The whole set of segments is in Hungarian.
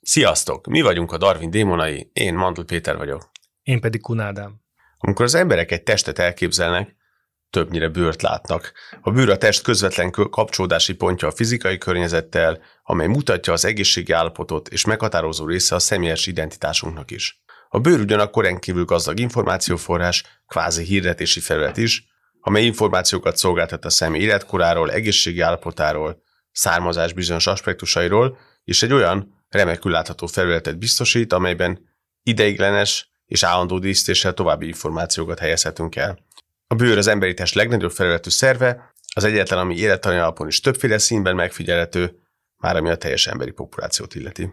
Sziasztok! Mi vagyunk a Darwin démonai, én Mandl Péter vagyok. Én pedig Kun Ádám. Amikor az emberek egy testet elképzelnek, többnyire bőrt látnak. A bőr a test közvetlen kapcsolódási pontja a fizikai környezettel, amely mutatja az egészségi állapotot és meghatározó része a személyes identitásunknak is. A bőr ugyanakkor rendkívül gazdag információforrás, kvázi hirdetési felület is, amely információkat szolgáltat a személy életkoráról, egészségi állapotáról, származás bizonyos aspektusairól, és egy olyan remekül látható felületet biztosít, amelyben ideiglenes és állandó díszítéssel további információkat helyezhetünk el. A bőr az emberi test legnagyobb felületű szerve, az egyetlen, ami élettani alapon is többféle színben megfigyelhető, már ami a teljes emberi populációt illeti.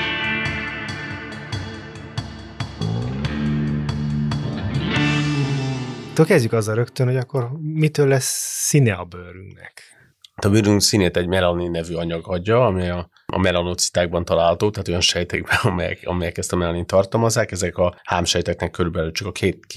Kezdjük azzal rögtön, hogy akkor mitől lesz színe a bőrünknek? A bőrünk színét egy melanin nevű anyag adja, amely a melanocitákban található, tehát olyan sejtekben, amelyek ezt a melanin tartalmazzák. Ezek a hámsejteknek körülbelül csak a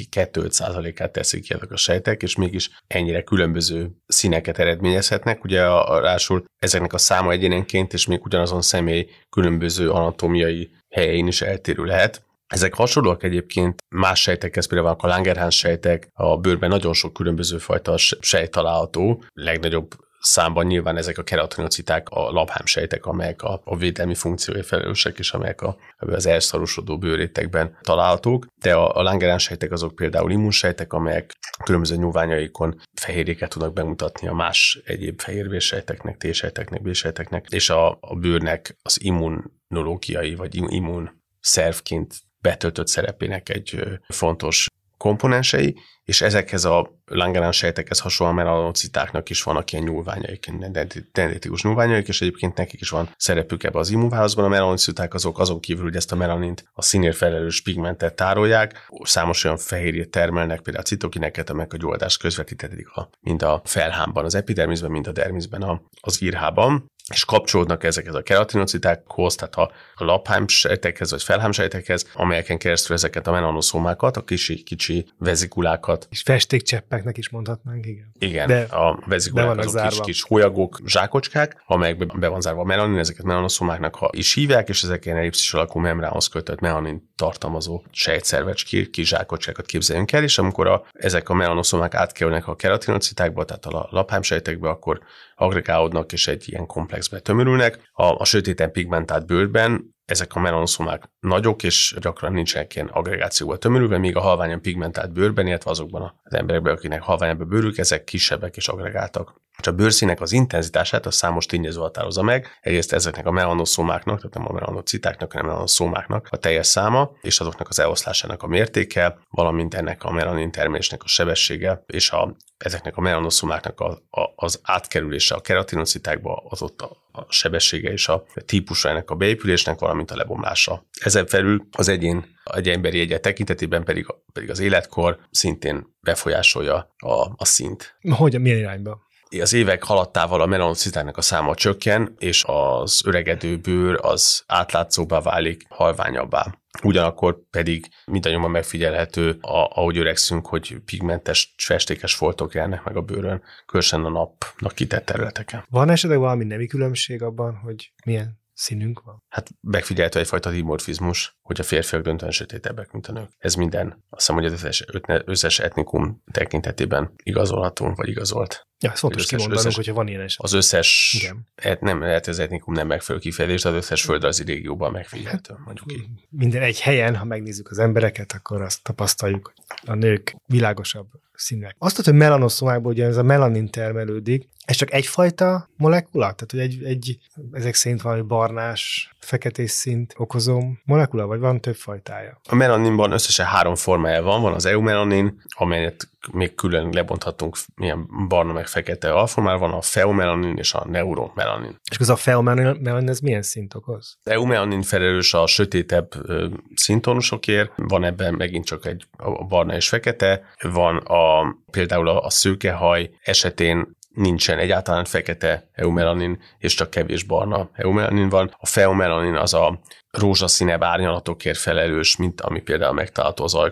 2-5%-át teszik ki ezek a sejtek, és mégis ennyire különböző színeket eredményezhetnek. Ugye rásul ezeknek a száma egyénenként, és még ugyanazon személy különböző anatómiai helyein is eltérő lehet. Ezek hasonlóak egyébként más sejtekhez, például a Langerhans sejtek, a bőrben nagyon sok különböző fajta sejt található, legnagyobb számban nyilván ezek a keratinociták, a labhámsejtek, amelyek a védelmi funkciói felelősek, és amelyek az elszarosodó bőrrétegben találhatók, de a Langerhans sejtek azok például immunsejtek, amelyek különböző nyúlványaikon fehérjéket tudnak bemutatni a más egyéb fehérvérsejteknek, T-sejteknek, B-sejteknek, és a bőrnek az immunológiai vagy immunszervként betöltött szerepének egy fontos komponensei, és ezekhez a Langerhans sejtekhez hasonlóan melanocitáknak is vannak ilyen nyúlványaik, dendritikus nyúlványaik, és egyébként nekik is van szerepük ebbe az immunválaszban. A melanociták azon kívül, hogy ezt a melanint, a színért felelős pigmentet tárolják, számos olyan fehérjét termelnek, például a citokineket, amelyek a gyulladást közvetíthetik mind a felhámban, az epidermisben, mind a dermisben, az írhában, és kapcsolódnak ezekhez a keratinocitákhoz, tehát a labhámsejtekhez vagy felhámsejtekhez, amelyeken keresztül ezeket a melanoszómákat, a kicsi vezikulákat. És festékcseppeknek is mondhatnánk, igen. Igen, de a vezikulák azok kis hólyagok, zsákocskák, amelyekben be van zárva a melanin, ezeket melanoszómáknak is hívják, és ezek ilyen ellipszis alakú membránhoz kötött melanin tartalmazó sejtszervecskék, kis zsákocsákat képzeljünk el, és amikor ezek a melanoszómák átkerülnek a keratinocitákba, tehát a labhámsejtekbe, akkor agregálódnak, és egy ilyen komplexbe tömörülnek. A sötéten pigmentált bőrben ezek a melanoszómák nagyok, és gyakran nincsenek ilyen agregációval tömörülve, míg a halványan pigmentált bőrben, illetve azokban az emberekben, akiknek halványabb a bőrük, ezek kisebbek és agregáltak. És a bőrszínek az intenzitását a számos tényező határozza meg. Egyrészt ezeknek a melanoszómáknak, tehát nem a melanocitáknak, hanem a melanoszómáknak a teljes száma, és azoknak az eloszlásának a mértéke, valamint ennek a melanin termelésnek a sebessége, és ezeknek a melanoszómáknak az átkerülése a keratinocitákba, az ott a sebessége és a típusa ennek a beépülésnek, valamint a lebomlása. Ezen felül az egy emberi egyet tekintetében pedig az életkor szintén befolyásolja a színt. Hogyan, milyen irányba? Az évek haladtával a melanocitáknak a száma csökken, és az öregedő bőr az átlátszóbbá válik, halványabbá. Ugyanakkor pedig mindannyian megfigyelhető, ahogy öregszünk, hogy pigmentes, festékes foltok jelennek meg a bőrön, különösen a napnak kitett területeken. Van esetleg valami nemi különbség abban, hogy milyen színünk van? Hát megfigyelhető egyfajta dimorfizmus, hogy a férfiak döntően sötétebbek, mint a nők. Ez minden, azt hiszem, hogy az összes etnikum tekintetében igazolható, vagy igazolt. Ja, ez fontos kimondanunk, hogyha van ilyen eset. Az összes, nem lehet az etnikum nem megfelelő kifejezés, de az összes földrajzi régióban megfigyelhető, mondjuk így. Minden egy helyen, ha megnézzük az embereket, akkor azt tapasztaljuk, hogy a nők világosabb színek. Azt tudod, hogy melanoszómákból ugye ez a melanin termelődik, ez csak egyfajta molekula? Tehát, hogy ezek szerint valami barnás, feketés színt okozó molekula, vagy van több fajtája? A melaninban összesen 3 formája van a eumelanin, amelyet még külön lebonthatunk ilyen barna meg fekete alformára, van a feomelanin és a neuromelanin. És az a feomelanin, ez milyen szint okoz? A eumelanin felelős a sötétebb színtónusokért, van ebben megint csak a barna és fekete, van például a szőkehaj esetén nincsen egyáltalán fekete eumelanin, és csak kevés barna eumelanin van. A feomelanin az a rózsaszínebb árnyalatokért felelős, mint ami például megtalálható az ajkak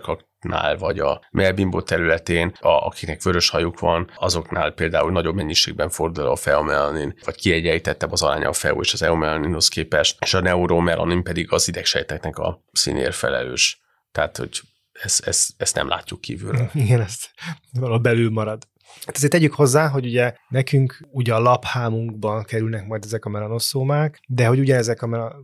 melanontnál, vagy a mellbimbó területén, akiknek vörös hajuk van, azoknál például nagyobb mennyiségben fordul a feomelanin, vagy kiegyenlítettebb az aránya a feo és az eumelaninhoz képest, és a neuromelanin pedig az idegsejteknek a színért felelős. Tehát, hogy ezt nem látjuk kívülről. Igen, ezt valahol belül marad. Hát azért tegyük hozzá, hogy ugye nekünk ugye a laphámunkban kerülnek majd ezek a melanoszómák, de hogy ugyanezek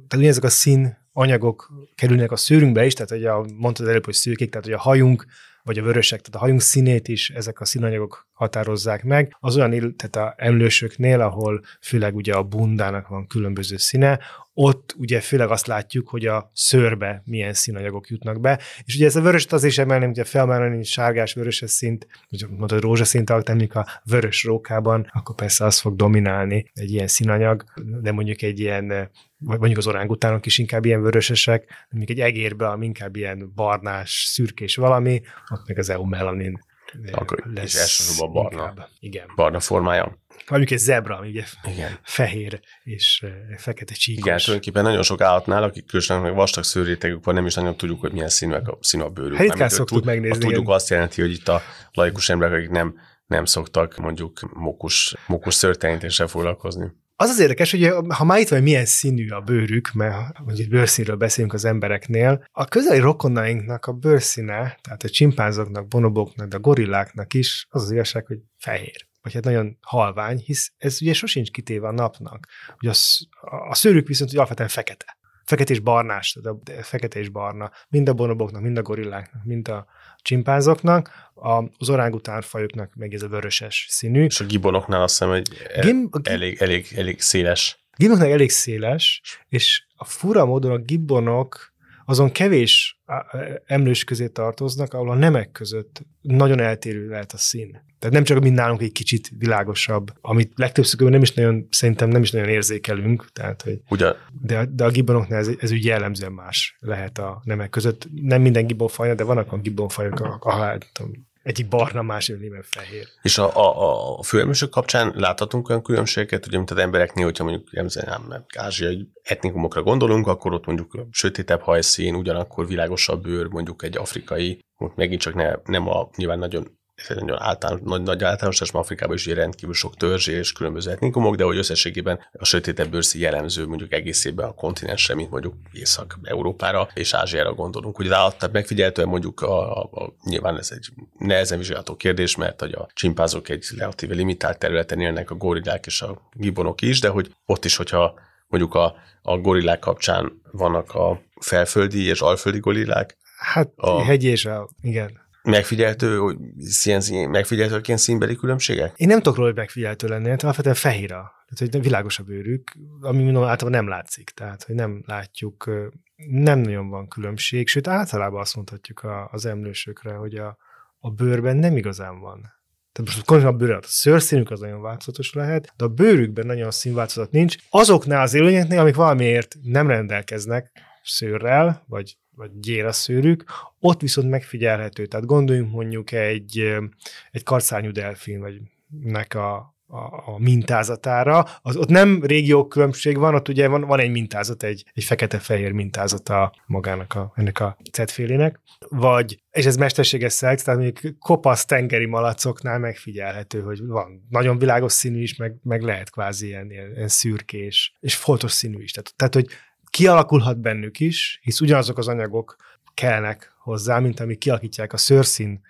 a színanyagok kerülnek a szőrünkbe is, tehát hogy mondtad előbb, hogy szürkék, tehát hogy a hajunk, vagy a vörösek, tehát a hajunk színét is ezek a színanyagok határozzák meg. Az olyan, tehát a emlősöknél, ahol főleg ugye a bundának van különböző színe, ott ugye főleg azt látjuk, hogy a szőrbe milyen színanyagok jutnak be. És ugye ez a vöröst azért is emelném, hogy a felmárani sárgás vöröses szint, vagy mondod rózsaszint alakítani, a vörös rókában, akkor persze az fog dominálni egy ilyen színanyag, de mondjuk egy ilyen, vagy mondjuk az orángutánok is inkább ilyen vörösesek, mondjuk egy egérbe, ami inkább ilyen barnás, szürkés valami, ott meg az eumelanin lesz. És elsősorban barna. Igen. Barna formája. Mondjuk egy zebra, ami ugye fehér és fekete csíkos. Igen, tulajdonképpen nagyon sok állatnál, akik különösen meg vastag szőrrétegük van, nem is nagyon tudjuk, hogy milyen színű a bőrük. Hát ritkán szoktuk megnézni. Tudjuk azt jelenti, hogy itt a laikus emberek, akik nem szoktak mondjuk mókus szőrtelenítéssel foglalkozni. Az az érdekes, hogy ha már itt van, milyen színű a bőrük, mert mondjuk bőrszínről beszélünk az embereknél, a közeli rokonainknak a bőrszíne, tehát a csimpánzoknak, bonobóknak, de a gorilláknak is az igazság, hogy fehér. Vagy hát nagyon halvány, hisz ez ugye sosincs kitéve a napnak. Ugye a szőrük viszont ugye alapvetően fekete. Fekete és barnás, tehát fekete és barna. Mind a bonobóknak, mind a gorilláknak, mind a csimpánzoknak, az orángután fajoknak meg ez a vöröses színű. És a gibonoknál azt hiszem, hogy elég széles. Gibbonoknak elég széles, és a fura módon a gibbonok azon kevés emlős közé tartoznak, ahol a nemek között nagyon eltérő lehet a szín. Tehát nem csak, mint nálunk egy kicsit világosabb, amit legtöbbször szerintem nem is nagyon érzékelünk, tehát, hogy de a gibbonoknál ez úgy jellemzően más lehet a nemek között. Nem minden gibbonfajnál, de vannak a gibbonfajok, ahol egyik barna, másik néven fehér. És a főemlősök kapcsán láthatunk olyan különbségeket, ugye, mint az embereknél, hogyha mondjuk ázsiai etnikumokra gondolunk, akkor ott mondjuk sötétebb hajszín, ugyanakkor világosabb bőr, mondjuk egy afrikai, megint csak nyilván nagyon nagy általános, Afrikában is rendkívül sok törzs és különböző etnikumok, de hogy összességében a sötétebb bőrszín jellemző mondjuk egészében a kontinensre, mint mondjuk Észak-Európára és Ázsiára gondolunk. Ugye tehát megfigyelhetően mondjuk nyilván ez egy nehezen vizsgálható kérdés, mert hogy a csimpánzok egy relatíve limitált területen élnek, a gorillák és a gibbonok is, de hogy ott is, hogyha mondjuk a gorillák kapcsán vannak a felföldi és alföldi gorillák. Hát hegy és igen. Megfigyelhetőként színbeli különbségek? Én nem tudok róla, hogy megfigyelhető lenni, tehát alapvetően fehér, tehát hogy világos a bőrük, ami mondom általában nem látszik, tehát hogy nem látjuk, nem nagyon van különbség, sőt általában azt mondhatjuk az emlősökre, hogy a bőrben nem igazán van. Tehát most konkrétan a bőrben, a szőrszínük az nagyon változatos lehet, de a bőrükben nagyon színváltozat nincs. Azoknál az élőlényeknél, amik valamiért nem rendelkeznek szőrrel, vagy gyér a szőrük, ott viszont megfigyelhető. Tehát gondoljunk mondjuk egy karcárnyú delfin, vagy nek a mintázatára. Ott nem régiók különbség van, ott ugye van egy mintázat, egy fekete-fehér mintázata magának ennek a cetfélének. És ez mesterséges szelekció, tehát mondjuk kopasz tengeri malacoknál megfigyelhető, hogy van nagyon világos színű is, meg lehet kvázi ilyen szürkés, és foltos színű is. Tehát, hogy kialakulhat bennük is, hisz ugyanazok az anyagok kellnek hozzá, mint amik kialakítják a szőrszín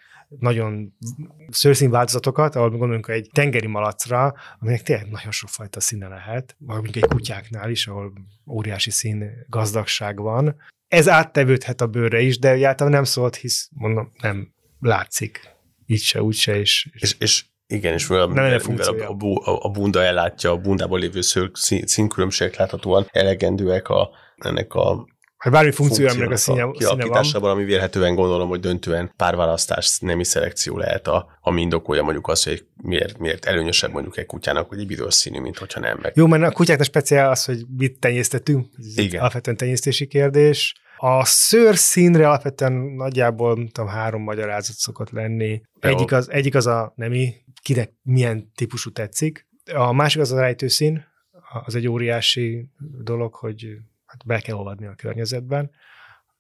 változatokat, ahol gondolunk egy tengeri malacra, aminek tényleg nagyon sokfajta színe lehet, vagy mondjuk egy kutyáknál is, ahol óriási szín gazdagság van. Ez áttevődhet a bőrre is, de általában nem szólt, hisz mondom, nem látszik. Így se, úgy se, és igen, és mivel a bunda ellátja, a bundából lévő színkülönbségek láthatóan elegendőek ennek a bármi funkciója ennek a színe kialakításában, ami vélhetően gondolom, hogy döntően párválasztás, nemi szelekció lehet, ami indokolja mondjuk azt, hogy miért előnyösebb mondjuk egy kutyának, hogy egy piros színű, mint hogyha nem meg. Jó, mert a kutyáknak speciál az, hogy mit tenyésztettünk. Ez alapvetően tenyésztési kérdés. A szőrszínre alapvetően nagyjából 3 magyarázat szokott lenni. Egyik az a nemi, kinek milyen típusú tetszik. A másik az a rejtőszín, az egy óriási dolog, hogy be kell olvadni a környezetben.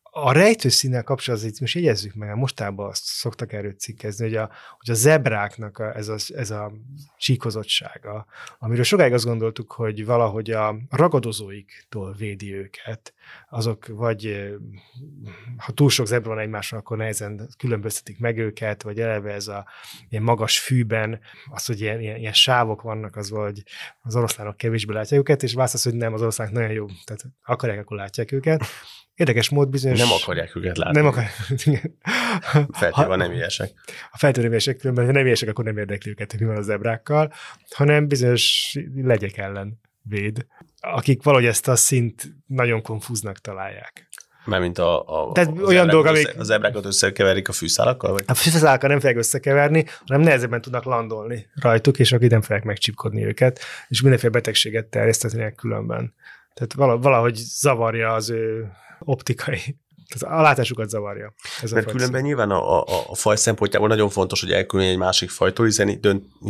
A rejtőszínnel kapcsolatban most jegyezzük meg, mostában azt szoktak erről cikkezni, hogy a zebráknak ez a csíkozottsága, amiről sokáig azt gondoltuk, hogy valahogy a ragadozóiktól védi őket, azok vagy, ha túl sok zebra van egymáson, akkor nehezen különböztetik meg őket, vagy eleve ez a ilyen magas fűben, az, hogy ilyen sávok vannak, az vagy az oroszlánok kevésbé látják őket, és válasz, hogy nem, az oroszlánok nagyon jó, tehát akarják, akkor látják őket. Érdekes mód bizonyos... Nem akarják őket látni. Nem akarják. Feltéve nem ilyesek. A feltéve ilyesek, különben, ha nem ilyesek, akkor nem érdekli őket, hogy mi van a zebrákkal, hanem bizonyos legyek ellen véd, akik valahogy ezt a szint nagyon konfúznak találják. Mármint olyan dolog, amik... A zebrákat összekeverik a fűszálakkal? Vagy? A fűszálakkal nem fogják összekeverni, hanem nehezebben tudnak landolni rajtuk, és akik nem fogják megcsipkodni őket, és mindenféle betegséget terjesztetnének különben. Tehát valahogy zavarja az ő optikai, tehát a látásukat zavarja. Mert különben nyilván a faj szempontjából nagyon fontos, hogy elkülönjön egy másik fajtól, hiszen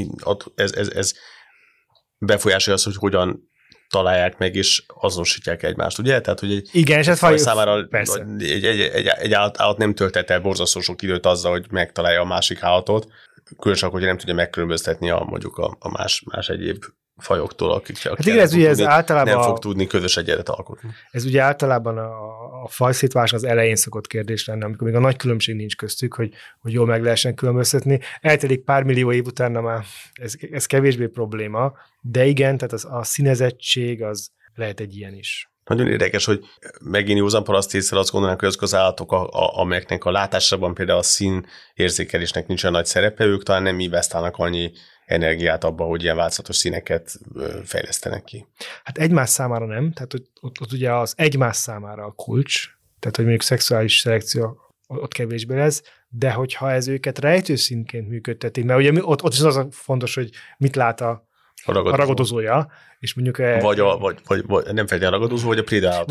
ez befolyásolja azt, hogy hogyan találják meg, és azonosítják egymást, ugye? Tehát, hogy egy faj számára egy állat nem töltett el borzasztó sok időt azzal, hogy megtalálja a másik állatot, különösen, hogy nem tudja megkülönböztetni mondjuk a más egyéb fajoktól, akik nem fog tudni közös egyenlet alkotni. Ez ugye általában a fajszétválás az elején szokott kérdés lenne, amikor még a nagy különbség nincs köztük, hogy jól meg lehessen különböztetni. Eltelik pár millió év utána már ez kevésbé probléma, de igen, tehát a színezettség az lehet egy ilyen is. Nagyon érdekes, hogy megint józan parasztésszel azt gondolnánk, hogy azok az állatok, amelyeknek a látásában például a színérzékelésnek nincs olyan nagy szerepe, ők talán nem investálnak annyi energiát abba, hogy ilyen változatos színeket fejlesztenek ki. Hát egymás számára nem, tehát ott ugye az egymás számára a kulcs, tehát hogy mondjuk szexuális szelekció ott kevésbé lesz, de hogyha ez őket rejtőszínként működtetik, mert ugye ott is az a fontos, hogy mit lát a ragadozója, és mondjuk... Vagy nem feltétlenül a ragadozó, vagy a prédáló.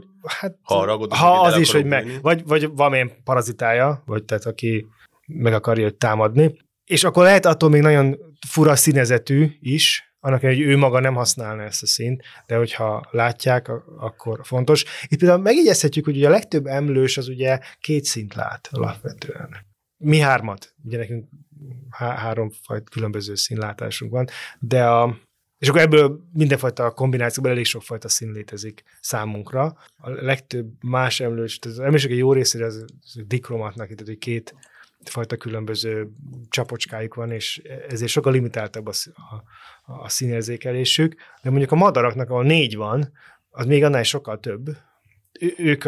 Ha az is, hogy vagy valamilyen parazitája, vagy tehát aki meg akarja őt támadni, és akkor lehet attól még nagyon fura színezetű is, annak, hogy ő maga nem használna ezt a színt, de hogyha látják, akkor fontos. Itt például megjegyezhetjük, hogy ugye a legtöbb emlős az ugye 2 színt lát alapvetően. Mi 3, ugye nekünk 3 fajta különböző színlátásunk van, és akkor ebből mindenfajta kombinációban elég sokfajta szín létezik számunkra. A legtöbb más emlős, az emlősök egy jó részére az dikromatnak, tehát hogy 2 fajta különböző csapocskájuk van, és ezért sokkal limitáltabb a színérzékelésük, de mondjuk a madaraknak, ahol 4 van, az még annál is sokkal több. Ők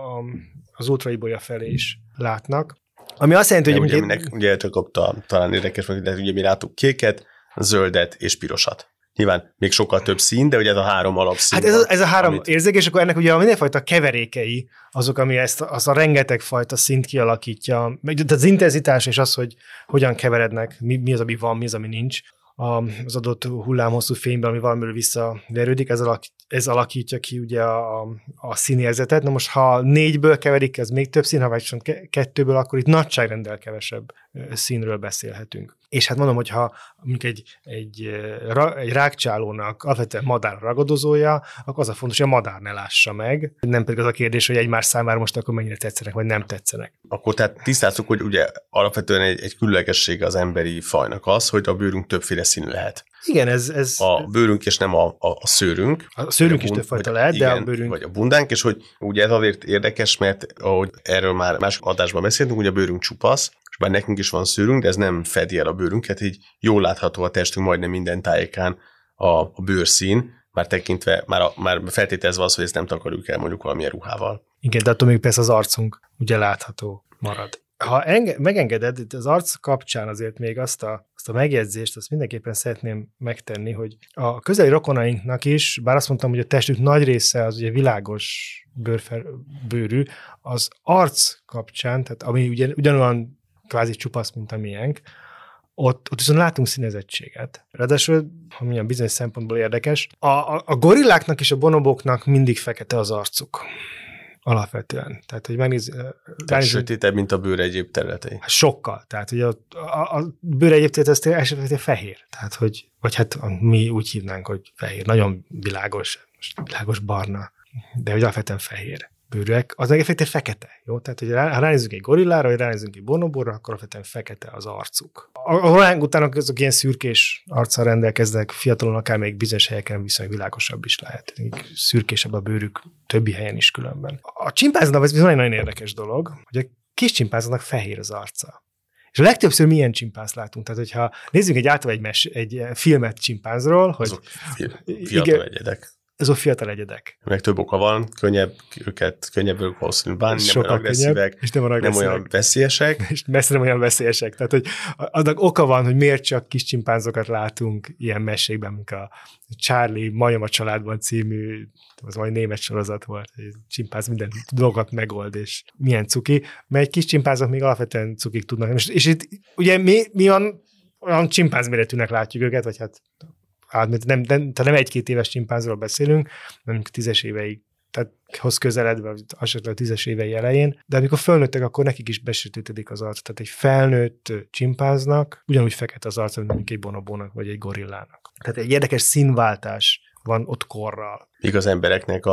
az ultraibolya felé is látnak. Ami azt jelenti, hogy... Ugye csak talán érdekes, de ugye mi látunk kéket, zöldet és pirosat. Nyilván még sokkal több szín, de ugye ez a 3 alapszín. Hát ez a 3 érzék, és akkor ennek ugye mindenfajta keverékei azok, ami az a rengeteg fajta színt kialakítja. De az intenzitás és az, hogy hogyan keverednek, mi az, ami van, mi az, ami nincs az adott hullámhosszú fényben, ami valamiről visszaverődik, ez alakítja ki ugye a színérzetet. Na most, ha 4-ből keverik, ez még több szín, ha vagy 2-ből, akkor itt nagyságrendel kevesebb színről beszélhetünk. És hát mondom, hogyha mondjuk egy rágcsálónak alapvetően madár ragadozója, akkor az a fontos, hogy a madár ne lássa meg. Nem pedig az a kérdés, hogy egymás számára most akkor mennyire tetszenek, vagy nem tetszenek. Akkor tehát tisztázzuk, hogy ugye alapvetően egy különlegessége az emberi fajnak az, hogy a bőrünk többféle színű lehet. Igen, ez a bőrünk és nem a szőrünk. A szőrünk is többfajta lehet, de a bőrünk... Vagy a bundánk, és hogy ugye ez azért érdekes, mert ahogy erről már másik adásban beszéltünk, ugye a bőrünk csupasz, és bár nekünk is van szőrünk, de ez nem fedi el a bőrünket, így jól látható a testünk majdnem minden tájékán a bőrszín, már tekintve, már feltételezve az, hogy ezt nem takarjuk el mondjuk valamilyen ruhával. Igen, de attól még persze az arcunk ugye látható marad. Ha megengeded, az arc kapcsán azért még azt a megjegyzést, azt mindenképpen szeretném megtenni, hogy a közeli rokonainknak is, bár azt mondtam, hogy a testük nagy része az ugye világos bőrű, az arc kapcsán, tehát ami ugyanolyan kvázi csupasz, mint a miénk, ott viszont látunk színezettséget. Ráadásul, ha milyen bizonyos szempontból érdekes, a gorilláknak és a bonobóknak mindig fekete az arcuk. Alapvetően. Tehát, hogy megnézzük... Tehát sötétebb, mint a bőr egyéb területei. Sokkal. Tehát, hogy a bőr egyéb területei az esetleg fehér. Tehát, hogy, vagy hát mi úgy hívnánk, hogy fehér. Nagyon világos barna. De hogy alapvetően fehér. bőrűek, az effektív fekete, jó? Tehát, hogy ha ránézünk egy gorillára, vagy ránézünk egy bonobóra, akkor alapvetően fekete az arcuk. A orángutánok azok ilyen szürkés arccal rendelkeznek, fiatalon akár még bizonyos helyeken viszonylag világosabb is lehet. Szürkésebb a bőrük többi helyen is különben. A csimpánznak ez nagyon érdekes dolog, hogy a kis csimpánznak fehér az arca. És a legtöbbször milyen csimpánzt látunk? Tehát, hogyha nézzünk egy filmet csimpánzról, hogy... Azok fiatal egyedek. Azok fiatal egyedek. Meg több oka van, könnyebb ők valószínűleg bánni, nem olyan agresszívek, és nem olyan veszélyesek. És messze nem olyan veszélyesek. Tehát, hogy annak oka van, hogy miért csak kis csimpánzokat látunk ilyen mesékben, mint a Charlie Majom a családban című, az majd német sorozat volt, hogy csimpánz minden dolgot megold, és milyen cuki, mert egy kis csimpánzok még alapvetően cukik tudnak. És itt ugye mi olyan csimpánzméretűnek látjuk őket, vagy hát nem egy-két éves csimpánzról beszélünk, hanem 10-es éveig, tehát hoz közeledve, esetleg 10-es évei elején, de amikor fölnőttek, akkor nekik is besötétedik az arc. Tehát egy felnőtt csimpánznak ugyanúgy fekete az arc, mint egy bonobónak, vagy egy gorillának. Tehát egy érdekes színváltás van ott korral. Az embereknek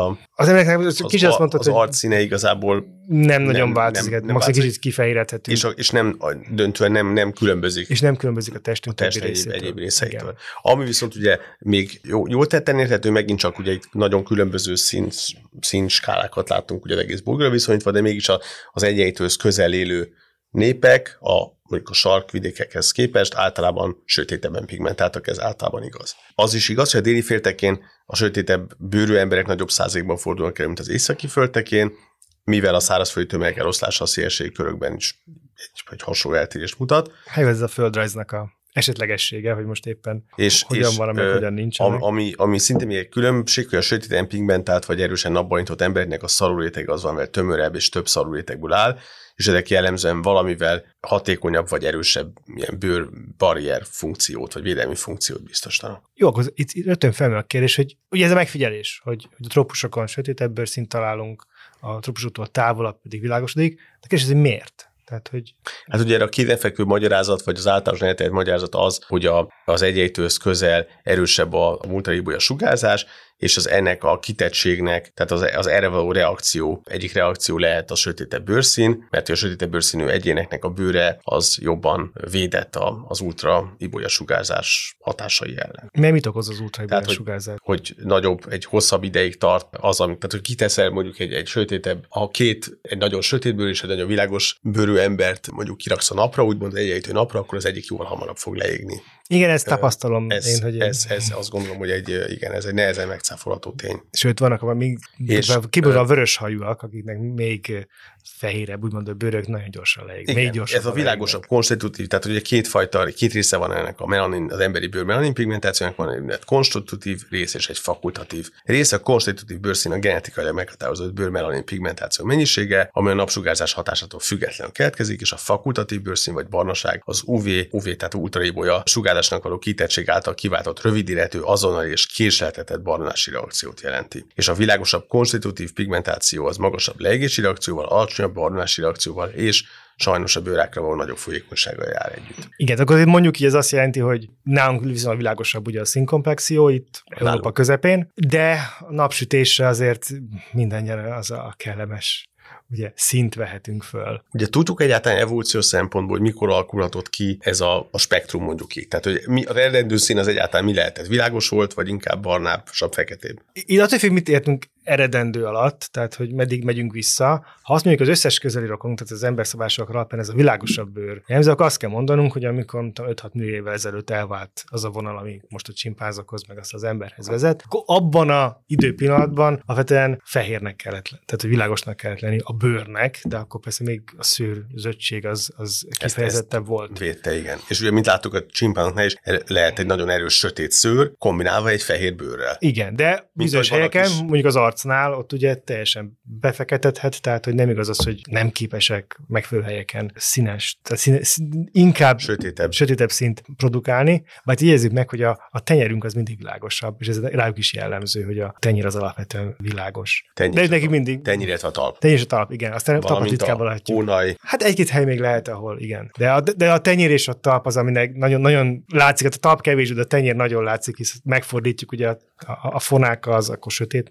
az arcszíne igazából nem nagyon változik, max. Egy kicsit kifehéredhető. És nem döntően nem különbözik. És nem különbözik a testünk egyéb részeitől. Ami viszont ugye még jól tetten érthető, megint csak ugye nagyon különböző színskálákat látunk ugye az egész bolygóra viszonyítva, de mégis az egyenlítőhöz közel élő népek, mondjuk a sarkvidékekhez képest általában sötétebben pigmentáltak, ez általában igaz. Az is igaz, hogy a déli féltekén a sötétebb bőrű emberek nagyobb százalékban fordulnak elő, mint az északi féltekén, mivel a szárazföldi tömegeloszlása a szélségi körökben is egy hasonló eltérést mutat. Hát ez a földrajznak a esetlegessége, hogy most éppen hogyan van, meg hogyan nincsen. Ami szintén még egy különbség, hogy a sötéten pigmentált vagy erősen napbalintott embernek a szarulréteg az van, mert tömörebb és több szarulrétegből áll, és ezek jellemzően valamivel hatékonyabb vagy erősebb ilyen bőrbarrier funkciót, vagy védelmi funkciót biztosítanak. Jó, akkor itt rögtön felmerül a kérdés, hogy ugye ez a megfigyelés, hogy a trópusokon sötétebb bőrszínt találunk, a trópusoktól távolabb pedig világosodik, de kérdés, hogy miért? Tehát, hogy... Hát ugye erre a kézenfekvő magyarázat, vagy az általános elterjedt magyarázat az, hogy az egyenlítőhöz közel erősebb a ultraibolya sugárzás, és ennek a kitettségnek, tehát az erre való reakció, egyik reakció lehet a sötétebb bőrszín, mert a sötétebb bőrszínű egyéneknek a bőre az jobban védett az ultraibolya sugárzás hatásai ellen. Mert mit okoz az ultraibolya sugárzás? Hogy egy hosszabb ideig tart tehát hogy kiteszel mondjuk egy sötétebb, egy nagyon sötét bőrű és egy nagyon világos bőrű embert mondjuk kiraksz a napra, úgymond egyenlítő napra, akkor az egyik jóval hamarabb fog leégni. Igen, ezt tapasztalom ez azt gondolom, hogy ez egy nehezen megcáfolható tény. Sőt, vannak még kiből a vörös hajúak, akiknek még fehérebb, úgymond a bőrök nagyon gyorsan leégnek. Még gyorsan ez a világosabb konstitutív, tehát ugye két része van ennek a melanin, az emberi bőr melanin pigmentációnak, van egy konstitutív rész és egy fakultatív rész. A konstitutív bőrszín a genetikailag meghatározott bőr melanin pigmentáció mennyisége, ami a napsugárzás hatásától függetlenül keletkezik, és a fakultatív bőrszín vagy barnaság az UV tehát ultraibolya sugárzásnak való kitettség által kiváltott rövid életű, azonnali és késleltetett barnási reakciót jelenti. És a világosabb konstitutív pigmentáció az magasabb leégési reakcióval, alacsonyabb barnási reakcióval és sajnos a bőrákra való nagyobb folyékonysággal jár együtt. Igen, akkor mondjuk így ez azt jelenti, hogy nálunk viszont világosabb ugye a színkomplexió itt Európa közepén, de a napsütésre azért mindennyire az a kellemes ugye szint vehetünk föl. Ugye tudjuk egyáltalán evolúciós szempontból, hogy mikor alakulhatott ki ez a spektrum mondjuk így. Tehát, hogy az eredendő szín az egyáltalán mi lehetett? Világos volt, vagy inkább barnább, feketébb? Itt attól függ, mit értünk eredendő alatt, tehát hogy meddig megyünk vissza. Ha azt mondjuk az összes közeli rokonunk, tehát az emberszabások alapján ez a világosabb bőr jellemző, akkor azt kell mondanunk, hogy amikor 5-6 millió évvel ezelőtt elvált az a vonal, ami most a csimpánzokhoz, meg azt az emberhez vezet, akkor abban az időpillanatban alapvetően fehérnek kellett lenni, tehát hogy világosnak kellett lenni a bőrnek, de akkor persze még a szőrzöttség az kifejezettebb volt. Védte, igen. És ugye, mint láttuk a csimpánzoknál is, lehet egy nagyon erős sötét szőr, kombinálva egy fehér bőrrel. Igen, de bizonyos helyeken, mondjuk az arcnál, ott ugye teljesen befeketethet, tehát hogy nem igaz az, hogy nem képesek megfelelő helyeken színes, tehát inkább sötétebb színt produkálni, vagy jegyezzük meg, hogy a tenyerünk az mindig világosabb, és ez rájuk is jellemző, hogy a tenyér az alapvetően világos. De neki mindig. Tenyér, illetve a talp. Tenyér és a talp, igen. Aztán a talpat ritkábban látjuk. Ónaj. Hát egy-két hely még lehet, ahol igen. De a tenyér és a talp az, aminek nagyon látszik, a talp kevés, de a tenyér nagyon látszik, hisz megfordítjuk ugye a fonák az akkor sötét, mondjuk egy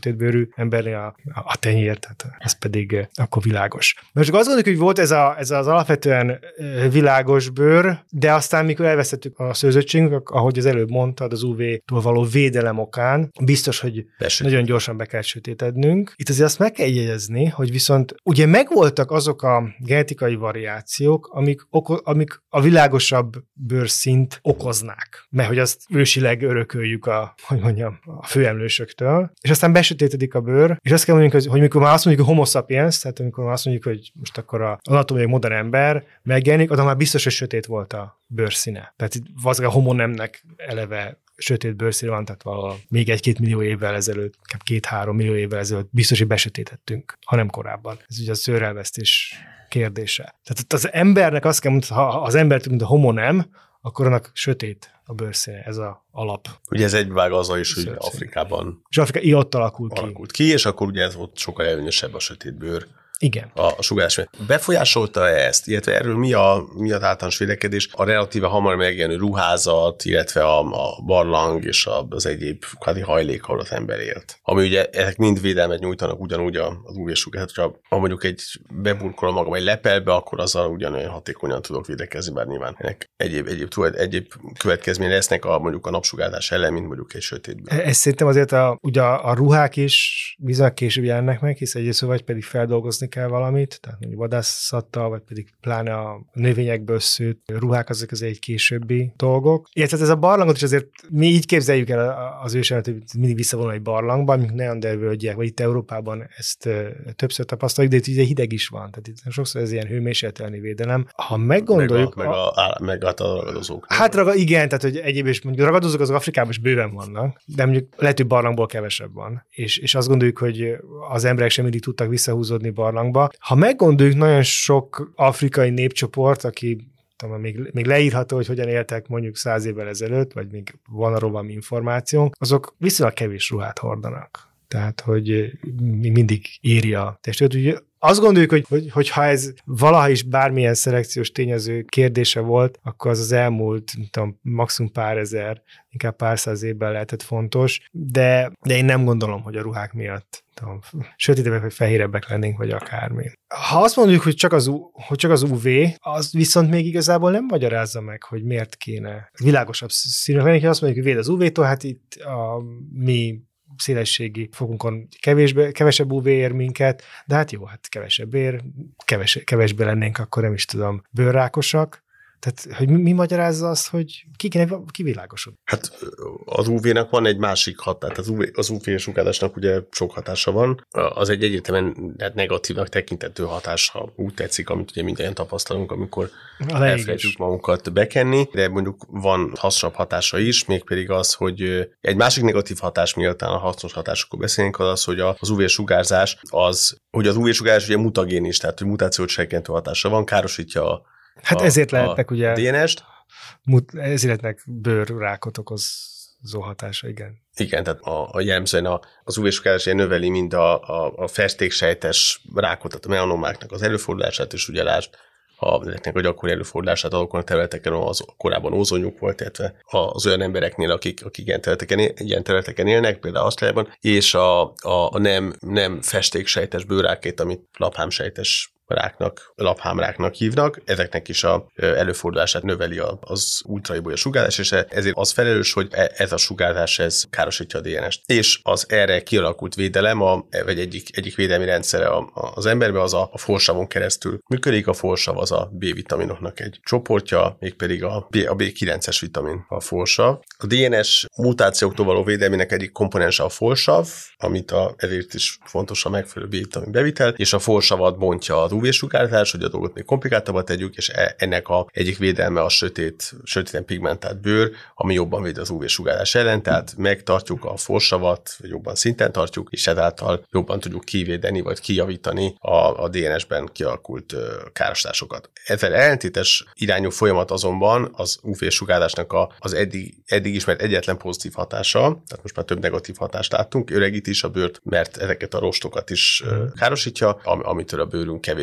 sötétbőrű embernél a tenyér, tehát ez pedig akkor világos. Most azt gondoljuk, hogy volt ez az alapvetően világos bőr, de aztán mikor elvesztettük a szőzöttségünk, ahogy az előbb mondtad, az UV-tól való védelem okán, biztos, hogy nagyon gyorsan be kell sötétednünk. Itt azért azt meg kell jegyezni, hogy viszont ugye megvoltak azok a genetikai variációk, amik a világosabb bőrszint okoznák, mert hogy azt ősileg örököljük a főemlősöktől, és aztán besötétedik a bőr, és azt kell mondjuk, hogy mikor már azt mondjuk, hogy homo sapiens, tehát amikor már azt mondjuk, hogy most akkor az anatómiai modern ember megjelenik, oda már biztos, hogy sötét volt a bőrszíne. Tehát itt valószínűleg a homo nemnek eleve sötét bőrszíne van, tehát valahol még 1-2 millió évvel ezelőtt, 2-3 millió évvel ezelőtt biztos, hogy besötétettünk, ha nem korábban. Ez ugye a szőrelvesztés kérdése. Tehát az embernek azt kell mondani, ha az embert, mint a homo nem, akkor annak sötét a bőrszíne, ez az alap. Ugye ez egybevág azzal is, hogy Afrikában és Afrika ott alakult ki, és akkor ugye ez ott sokkal előnyösebb a sötét bőr. Igen. A sugárzás. Befolyásolta ezt, illetve erről mi az általános vélekedés? A relatíve hamar megjelenő ruházat, illetve a barlang és az egyéb hajlék, ahol az ember élt. Ami ugye ezek mind védelmet nyújtanak ugyanúgy az UV-sugárzat, hogyha mondjuk beburkolom magam egy lepelbe, akkor azzal ugyanolyan hatékonyan tudok védekezni, bár nyilván ennek egyéb következménye lesznek mondjuk a napsugárzás ellen, mint mondjuk egy sötétben. Ez szerintem azért ugye a ruhák is bizony később jelennek meg, hisz egyrészt vagy pedig feldolgozni kell valamit, tehát mondjuk vadászattal, vagy pedig pláne a növényekből szőtt ruhák, azok az egy későbbi dolgok. Illetve ez a barlangot is azért mi így képzeljük el az őselőt, hogy mindig visszavonul egy barlangban, mint neandervölgyek, vagy itt Európában ezt többször tapasztaljuk, de itt ugye hideg is van, tehát itt sokszor ez ilyen hőmérsékleti védelem. Ha meggondoljuk... Meg a ragadozók. Hát igen, tehát hogy egyéb is mondjuk ragadozók azok Afrikában is bőven vannak, de mondjuk lehet, hogy barlangból kevesebb van. És azt gondoljuk, hogy az emberek sem mindig tudtak visszahúzódni barlangba. Ha meggondoljuk, nagyon sok afrikai népcsoport, aki még leírható, hogy hogyan éltek mondjuk 100 évvel ezelőtt, vagy még van arról valami információnk, azok viszonylag kevés ruhát hordanak. Tehát, hogy még mindig éri a testőt. Ugye azt gondoljuk, hogy ha ez valaha is bármilyen szelekciós tényező kérdése volt, akkor az elmúlt, maximum pár ezer, inkább pár száz évben lehetett fontos, de én nem gondolom, hogy a ruhák miatt sötétebbek vagy fehérebbek lennénk, vagy akármi. Ha azt mondjuk, hogy csak az UV, az viszont még igazából nem magyarázza meg, hogy miért kéne világosabb színűek lenni. Ha azt mondjuk, hogy véd az UV-tól, hát itt a mi szélességi fokunkon kevesebb UV ér minket, de hát jó, hát kevesebb ér, kevesbe lennénk, akkor nem is tudom, bőrrákosak. Tehát, hogy mi magyarázza azt, hogy ki kéne kivilágosodni? Hát az UV-nak van egy másik hatás, az UV-sugárzásnak ugye sok hatása van. Az egy egyértelműen negatívnak tekintető hatás, ha úgy tetszik, amit ugye mindannyian tapasztalunk, amikor elfelejtjük magunkat bekenni, de mondjuk van hasznosabb hatása is, mégpedig az, hogy egy másik negatív hatás, miután a hasznos hatásokról beszélünk, az, hogy az UV-sugárzás, hogy az UV-sugárzás ugye mutagén is, tehát hogy mutációt serkentő hatása van, károsítja ezért lehetnek ugye DNS-t. Ezért lehetnek bőrrákot okozó hatása, igen. Igen, tehát jellemzően az UV-sugárzás növeli mind a festéksejtes rákot, tehát a melanomáknak az előfordulását, és ugye lásd, ezeknek a gyakori előfordulását azokon a területeken, az korábban ózonjuk volt, illetve az olyan embereknél, akik ilyen területeken élnek, például Ausztráliában, és a nem festéksejtes bőrrákét, amit laphámsejtes laphámráknak hívnak, ezeknek is a előfordulását növeli az ultraibolya sugárzás, és ezért az felelős, hogy ez a sugárzás ez károsítja a DNS-t. És az erre kialakult védelem, vagy egyik védelmi rendszere az emberben, az a forsavon keresztül működik. A forsav az a B-vitaminoknak egy csoportja, mégpedig a B9-es vitamin a forsav. A DNS mutációktól való védelmének egyik komponense a forsav, amit ezért is fontos a megfelelő B-vitamin bevitel, és a forsavat bontja az UV-sugárzás, hogy a dolgot még komplikáltabbat tegyük, és ennek egyik védelme a sötéten pigmentált bőr, ami jobban véd az UV-sugárzás ellen, tehát megtartjuk a forsavat, vagy jobban szinten tartjuk, és ezáltal jobban tudjuk kivédeni, vagy kijavítani a DNS-ben kialakult károsításokat. Ezzel ellentétes irányú folyamat azonban az UV-sugárzásnak az eddig ismert egyetlen pozitív hatása, tehát most már több negatív hatást láttunk, öregíti is a bőrt, mert ezeket a rostokat is károsítja, amitől a bőrünk kevésbé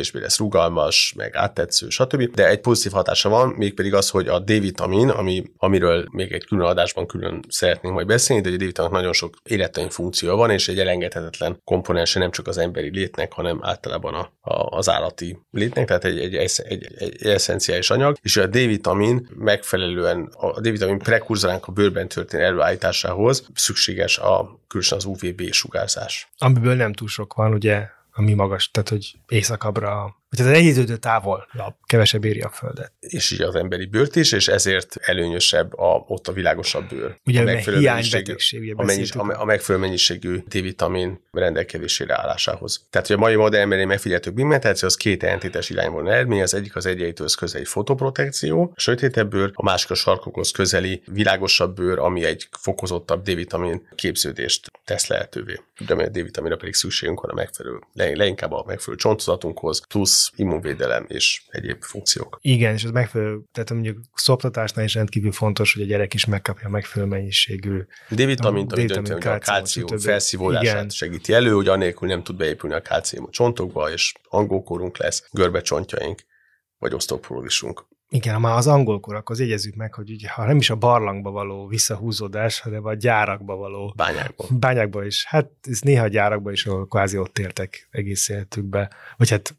kevésbé lesz rugalmas, meg áttetsző, stb. De egy pozitív hatása van, mégpedig az, hogy a D-vitamin, amiről még egy külön adásban külön szeretnénk majd beszélni, de a D-vitaminnak nagyon sok élettani funkció van, és egy elengedhetetlen komponense nem csak az emberi létnek, hanem általában az állati létnek, tehát egy eszenciális anyag, és a D-vitamin megfelelően, a D-vitamin prekurzoránk a bőrben történő előállításához szükséges különösen az UVB-sugárzás. Amiből nem túl sok van, ugye, ami magas, tehát hogy északabbra, vagy az enyhítődő távol, kevesebb éri a földet. És így az emberi bőrt is, és ezért előnyösebb ott a világosabb bőr. Ugye hiánybetegség, a megfelelő mennyiségű D-vitamin rendelkezésére állásához. Tehát, hogy a mai modern emberi megfigyelhető pigmentáció az két ellentétes irányból eredmény, az egyik az egyenlítőhöz közeli fotoprotekció, a sötétebb bőr, a másik a sarkokhoz közeli világosabb bőr, ami egy fokozottabb D-vitamin képződést tesz lehetővé. De a D-vitaminra pedig szükségünk van a megfelelő, leginkább a megfelelő csontozatunkhoz, plusz immunvédelem és egyéb funkciók. Igen, és ez megfelelő, tehát mondjuk szoptatásnál is rendkívül fontos, hogy a gyerek is megkapja a megfelelő mennyiségű D-vitamint, ami döntően a kálcium felszívódását segíti elő, hogy anélkül nem tud beépülni a kálcium a csontokba, és angolkorunk lesz, görbecsontjaink, vagy osztoprózisunk. Igen, már az angolkor, akkor jegyezzük meg, hogy ugye, ha nem is a barlangba való visszahúzódás, hanem a gyárakba való. Bányákba is. Hát ez néha a gyárakba is, ahol kvázi ott értek egész életükbe. Vagy hát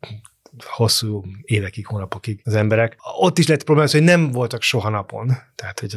hosszú évekig, hónapokig az emberek. Ott is lett probléma, hogy nem voltak soha napon, tehát hogy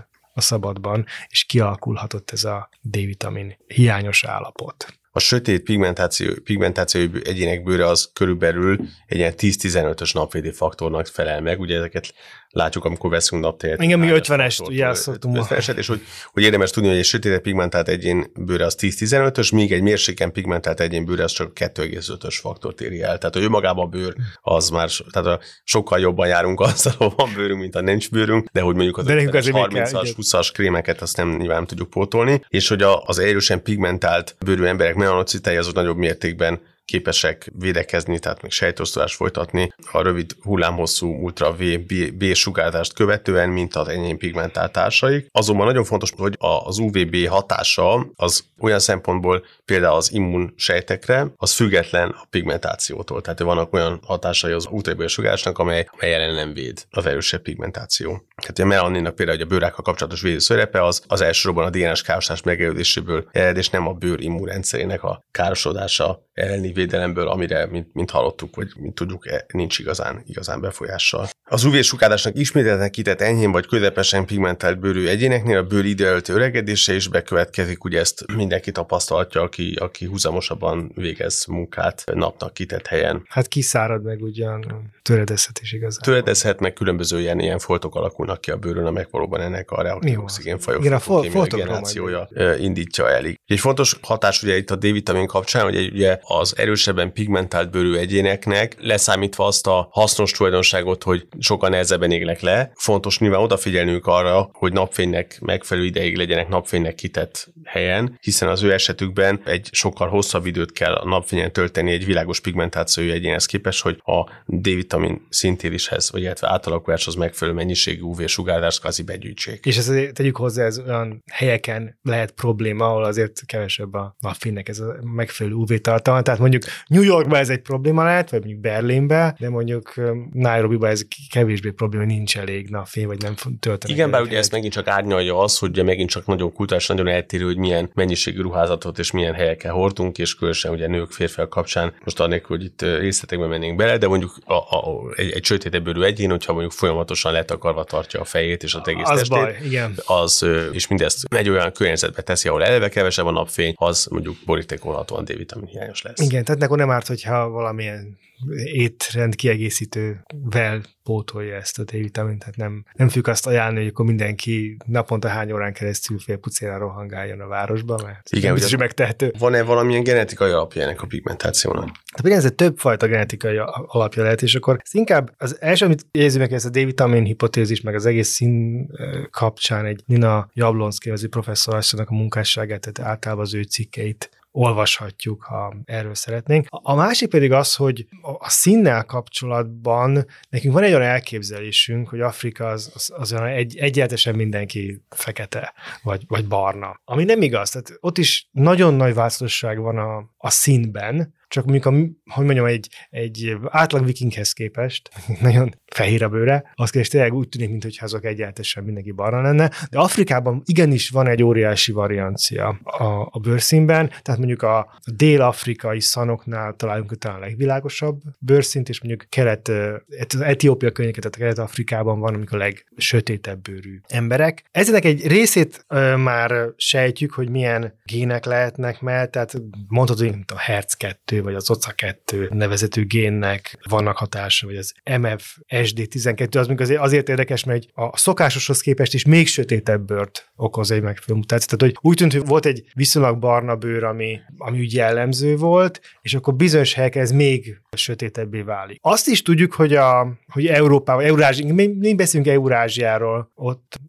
a szabadban, és kialakulhatott ez a D-vitamin hiányos állapot. A sötét pigmentációjú egyének bőre az körülbelül egy ilyen 10-15-ös napvédő faktornak felel meg. Ugye ezeket látjuk, amikor veszünk naptejet. Igen, mi 50-est, ugye azt szoktunk. És hogy érdemes tudni, hogy egy sötétebb pigmentált egyén bőre az 10-15-ös, míg egy mérséklen pigmentált egyén bőre az csak 2,5-ös faktort éri el. Tehát, hogy önmagában a bőr az már, tehát sokkal jobban járunk azzal, hogy van bőrünk, mint a nincs bőrünk, de hogy mondjuk az 30-as, 20-as krémeket azt nyilván nem tudjuk pótolni, és hogy az erősen pigmentált bőrű emberek melanocitái azok nagyobb mértékben képesek védekezni, tehát még sejtosztolást folytatni a rövid hullámhosszú ultra B sugárzást követően, mint az enyhén pigmentált társaik. Azonban nagyon fontos, hogy az UVB hatása az olyan szempontból például az immunsejtekre, az független a pigmentációtól. Tehát vannak olyan hatásai az UVB sugárzásnak, amely ellen nem véd az erősebb pigmentáció. Tehát a melaninnak például, hogy a bőrákkal kapcsolatos védőszerepe az elsősorban a DNS károsodás megelőzéséből ered, és nem a bőr immunrendszerének a károsodása elleni védelemből, amire, mint hallottuk, vagy mint tudjuk, nincs igazán befolyással. Az UV-sugárzásnak ismételten kitett enyhén vagy közepesen pigmentált bőrű egyéneknél a bőr időeltő öregedése is bekövetkezik, ugye ezt mindenki tapasztalhatja, aki húzamosabban végez munkát napnak kitett helyen. Hát kiszárad meg ugyan, töredezhet is igazán. Töredezhet, meg különböző ilyen foltok alakulnak ki a bőrön, amelyek valóban ennek a reaktív oxigénfajok generációja indítja el. Egy fontos hatás ugye itt a D-vitamin kapcsán, hogy ugye az erősebben pigmentált bőrű egyéneknek, leszámítva azt a hasznos tulajdonságot, hogy sokkal nehezebben égnek le, fontos nyilván odafigyelnünk arra, hogy napfénynek megfelelő ideig legyenek napfénynek kitett helyen, hiszen az ő esetükben egy sokkal hosszabb időt kell a napfényen tölteni egy világos pigmentációjú egyénhez képest, hogy a D-vitamin szintéréshez, vagy illetve átalakuláshoz megfelelő mennyiségű UV-sugárzást kvázi begyűjtsék. És ezt tegyük hozzá, ez olyan helyeken lehet probléma, ahol azért kevesebb a napfénynek ez a megfelelő UV-tartalma. Tehát mondjuk New Yorkban ez egy probléma lehet, vagy mondjuk Berlinben, de mondjuk Nairobiban ez kevésbé probléma, nincs elég napfény, vagy nem töltenek. Igen, bár ugye ezt megint csak árnyalja az, hogy ugye megint csak nagyon kultúrás, nagyon eltérő, hogy milyen mennyiségű ruházatot és milyen helyeken hordunk, és különösen ugye nők, férfiak kapcsán, most annélkül, hogy itt részletekbe mennénk bele, de mondjuk egy sötétebb bőrű egyén, hogyha mondjuk folyamatosan letakarva tartja a fejét és az egész testét, baj, igen. És mindezt egy olyan környezetbe teszi, ahol eleve kevesebb a napfény, az mondjuk borítékolhatóan D-vitamin hiányos lesz. Igen, tehát akkor nem árt, hogyha valamilyen étrend kiegészítővel pótolja ezt a D-vitamint, tehát nem függ azt ajánlani, hogy akkor mindenki naponta hány órán keresztül fél pucéra rohangáljon a városba, mert igen, biztos, hogy megtehető. Van-e valamilyen genetikai alapja ennek a pigmentációnak? Tehát ez egy többfajta genetikai alapja lehet, és akkor ez inkább az első, amit érzünk meg, ez a D-vitamin hipotézis, meg az egész szín kapcsán egy Nina Jablonszky, az ő professzor asszonynak a munkásságát, tehát általában az ő cikkeit olvashatjuk, ha erről szeretnénk. A másik pedig az, hogy a színnel kapcsolatban nekünk van egy olyan elképzelésünk, hogy Afrika az olyan egyáltalán mindenki fekete, vagy barna. Ami nem igaz. Tehát ott is nagyon nagy változatosság van a színben, csak mondjuk, hogy mondjam, egy átlag vikinghez képest, nagyon fehér a bőre, azt képest tényleg úgy tűnik, mintha azok egyáltalán mindenki barna lenne, de Afrikában igenis van egy óriási variancia a bőrszínben, tehát mondjuk a dél-afrikai szanoknál találunk talán a legvilágosabb bőrszínt, és mondjuk Etiópia környéket, tehát Kelet-Afrikában van, amikor a legsötétebb bőrű emberek. Ezeknek egy részét már sejtjük, hogy milyen gének lehetnek, mert tehát mondhatod, hogy a HERC2 vagy az OCA2 nevezetű génnek vannak hatása, vagy az MFSD12, az azért érdekes, mert a szokásoshoz képest is még sötétebb bőrt okoz egy megfelelő mutáció. Tehát, hogy úgy tűnt, hogy volt egy viszonylag barna bőr, ami úgy jellemző volt, és akkor bizonyos helyeken ez még sötétebbé válik. Azt is tudjuk, hogy Európában, mi beszélünk Eurázsiáról, ott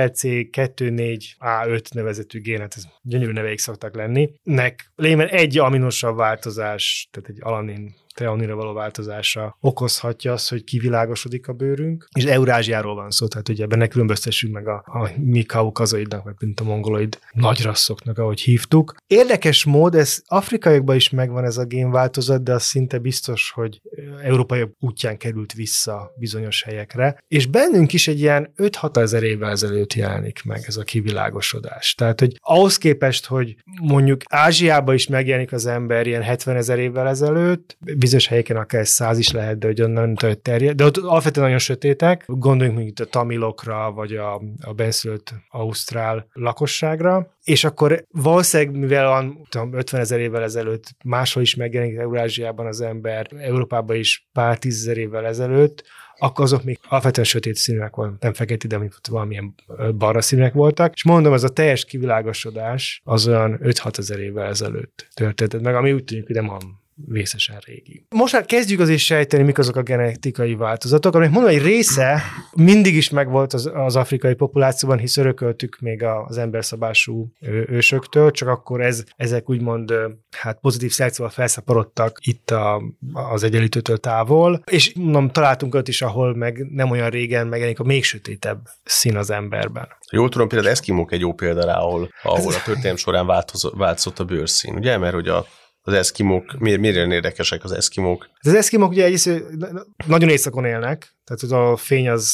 SLC24A5 nevezetű génet, ez gyönyörű neveik szoktak lenni, lényegében egy aminosabb változás, tehát egy alanin treoninra való változása okozhatja azt, hogy kivilágosodik a bőrünk, és Eurázsiáról van szó, tehát ugye ebben ne különböztessünk meg a mi kaukazoidnak, vagy mint a mongoloid nagyrasszoknak, ahogy hívtuk. Érdekes mód, ez afrikaiakban is megvan ez a génváltozat, de az szinte biztos, hogy európai útján került vissza bizonyos helyekre, és bennünk is egy ilyen 5-6 ezer évvel ezelőtt jelenik meg ez a kivilágosodás. Tehát, hogy ahhoz képest, hogy mondjuk Ázsiában is megjelenik az ember ilyen 70 ezer évvel ezelőtt, bizonyos helyeken akár 100 is lehet, de hogy onnan terjed. De ott alapvetően nagyon sötétek. Gondoljunk mondjuk a tamilokra, vagy a benszülött ausztrál lakosságra. És akkor valószínűleg, mivel 50 ezer évvel ezelőtt máshol is megjelenik Eurázsiában az ember, Európában is pár 10 000 évvel ezelőtt, akkor azok még alapvetően sötét színűek voltak, nem fekete, de valamilyen barna színűek voltak. És mondom, ez a teljes kivilágosodás az olyan 5-6 ezer évvel ezelőtt történt meg, ami úgy tűnik, hogy nem van vészesen régi. Most már kezdjük azért sejteni, mik azok a genetikai változatok, amik mondom, egy része mindig is megvolt az afrikai populációban, hisz örököltük még az emberszabású ősöktől, csak akkor ezek úgymond pozitív szelekcióval felszaporodtak itt az egyenlítőtől távol, és mondom, találtunk ott is, ahol meg nem olyan régen megjelenik a még sötétebb szín az emberben. Jól tudom, például az eszkimók egy jó példa rá, ahol a történelem során változott a bőrszín, ugye? Mert hogy az eszkimók, miért érdekesek az eszkimók? Az eszkimók ugye egyrészt nagyon éjszakon élnek, tehát a fény az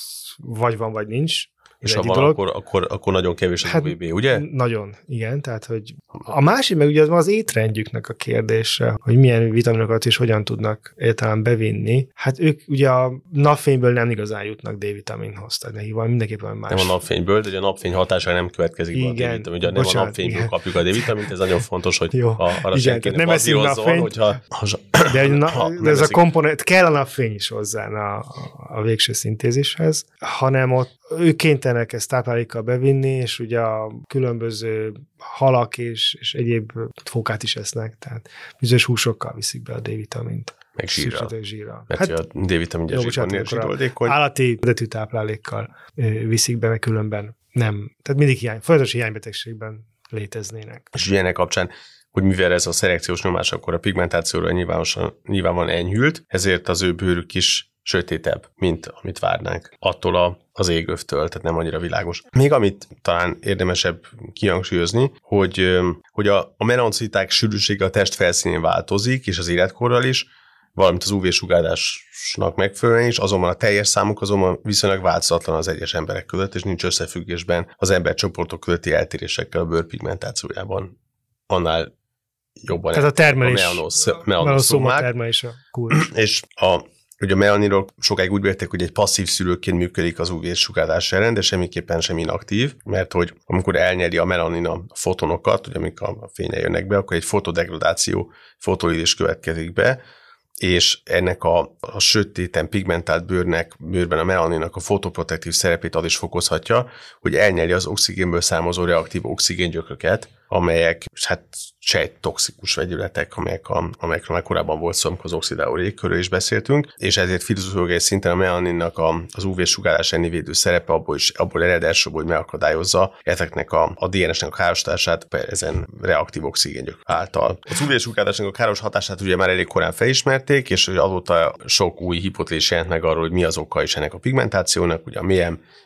vagy van, vagy nincs. És ha van, akkor nagyon kevés az UVB, ugye? Nagyon, igen. Tehát, hogy a másik meg ugye az étrendjüknek a kérdése, hogy milyen vitaminokat és hogyan tudnak egyáltalán bevinni. Hát ők ugye a napfényből nem igazán jutnak D-vitaminhoz, tehát neki van mindenképpen más. Nem a napfényből, de a napfény hatására nem következik be a D-vitamin. Ugye nem a napfényből igen. Kapjuk a D-vitamint, ez nagyon fontos, hogy arra senkinek bazírozzon, hogyha... De ez a komponent, kell a napfény is hozzá a végső szintézishez, hanem ott ők kénytelenek ezt táplálékkal bevinni, és ugye a különböző halak és egyéb fókát is esznek, tehát bizonyos húsokkal viszik be a D-vitamint. Meg zsírral. Hát, a D-vitamin zsíroldékony. Állati eredetű táplálékkal viszik be, meg különben nem. Tehát mindig folyamatos hiánybetegségben léteznének. És ugye ennek kapcsán, hogy mivel ez a szelekciós nyomás, akkor a pigmentációra nyilvánvalóan enyhült, ezért az ő bőrük is sötétebb, mint amit várnánk attól az égövtől, tehát nem annyira világos. Még amit talán érdemesebb kihangsúlyozni, hogy a melanociták sűrűsége a test felszínén változik, és az életkorral is, valamint az UV-sugárzásnak megfelelően is, azonban a teljes számuk azonban viszonylag változatlan az egyes emberek között, és nincs összefüggésben az embercsoportok közötti eltérésekkel a bőrpigmentációjában. Annál jobban. Tehát a termelés, melanoszómák termelés a kulcs. És ugye a melaninról sokáig úgy vélték, hogy egy passzív szűrőként működik az UV-sugárzás ellen, de semmiképpen sem inaktív, mert hogy amikor elnyeri a melanin a fotonokat, ugye amik a fényre jönnek be, akkor egy fotodegradáció, fotolízis következik be, és ennek a sötéten pigmentált bőrben a melaninak a fotoprotektív szerepét az is fokozhatja, hogy elnyeri az oxigénből származó reaktív oxigéngyököket, amelyek sejttoxikus vegyületek, amelyekről már korábban volt szó, amikor az oxidáló légkörről is beszéltünk, és ezért fiziológiai szinten a melaninnak az UV-sugárzás elleni védő szerepe abból ered elsőbb, hogy megakadályozza ezeknek a DNS-nek a károsítását ezen reaktív oxigéngyök által. Az UV-sugárzásnak a káros hatását ugye már elég korán felismerték, és azóta sok új hipotézis jelent meg arról, hogy mi az oka is ennek a pigmentációnak, ugye a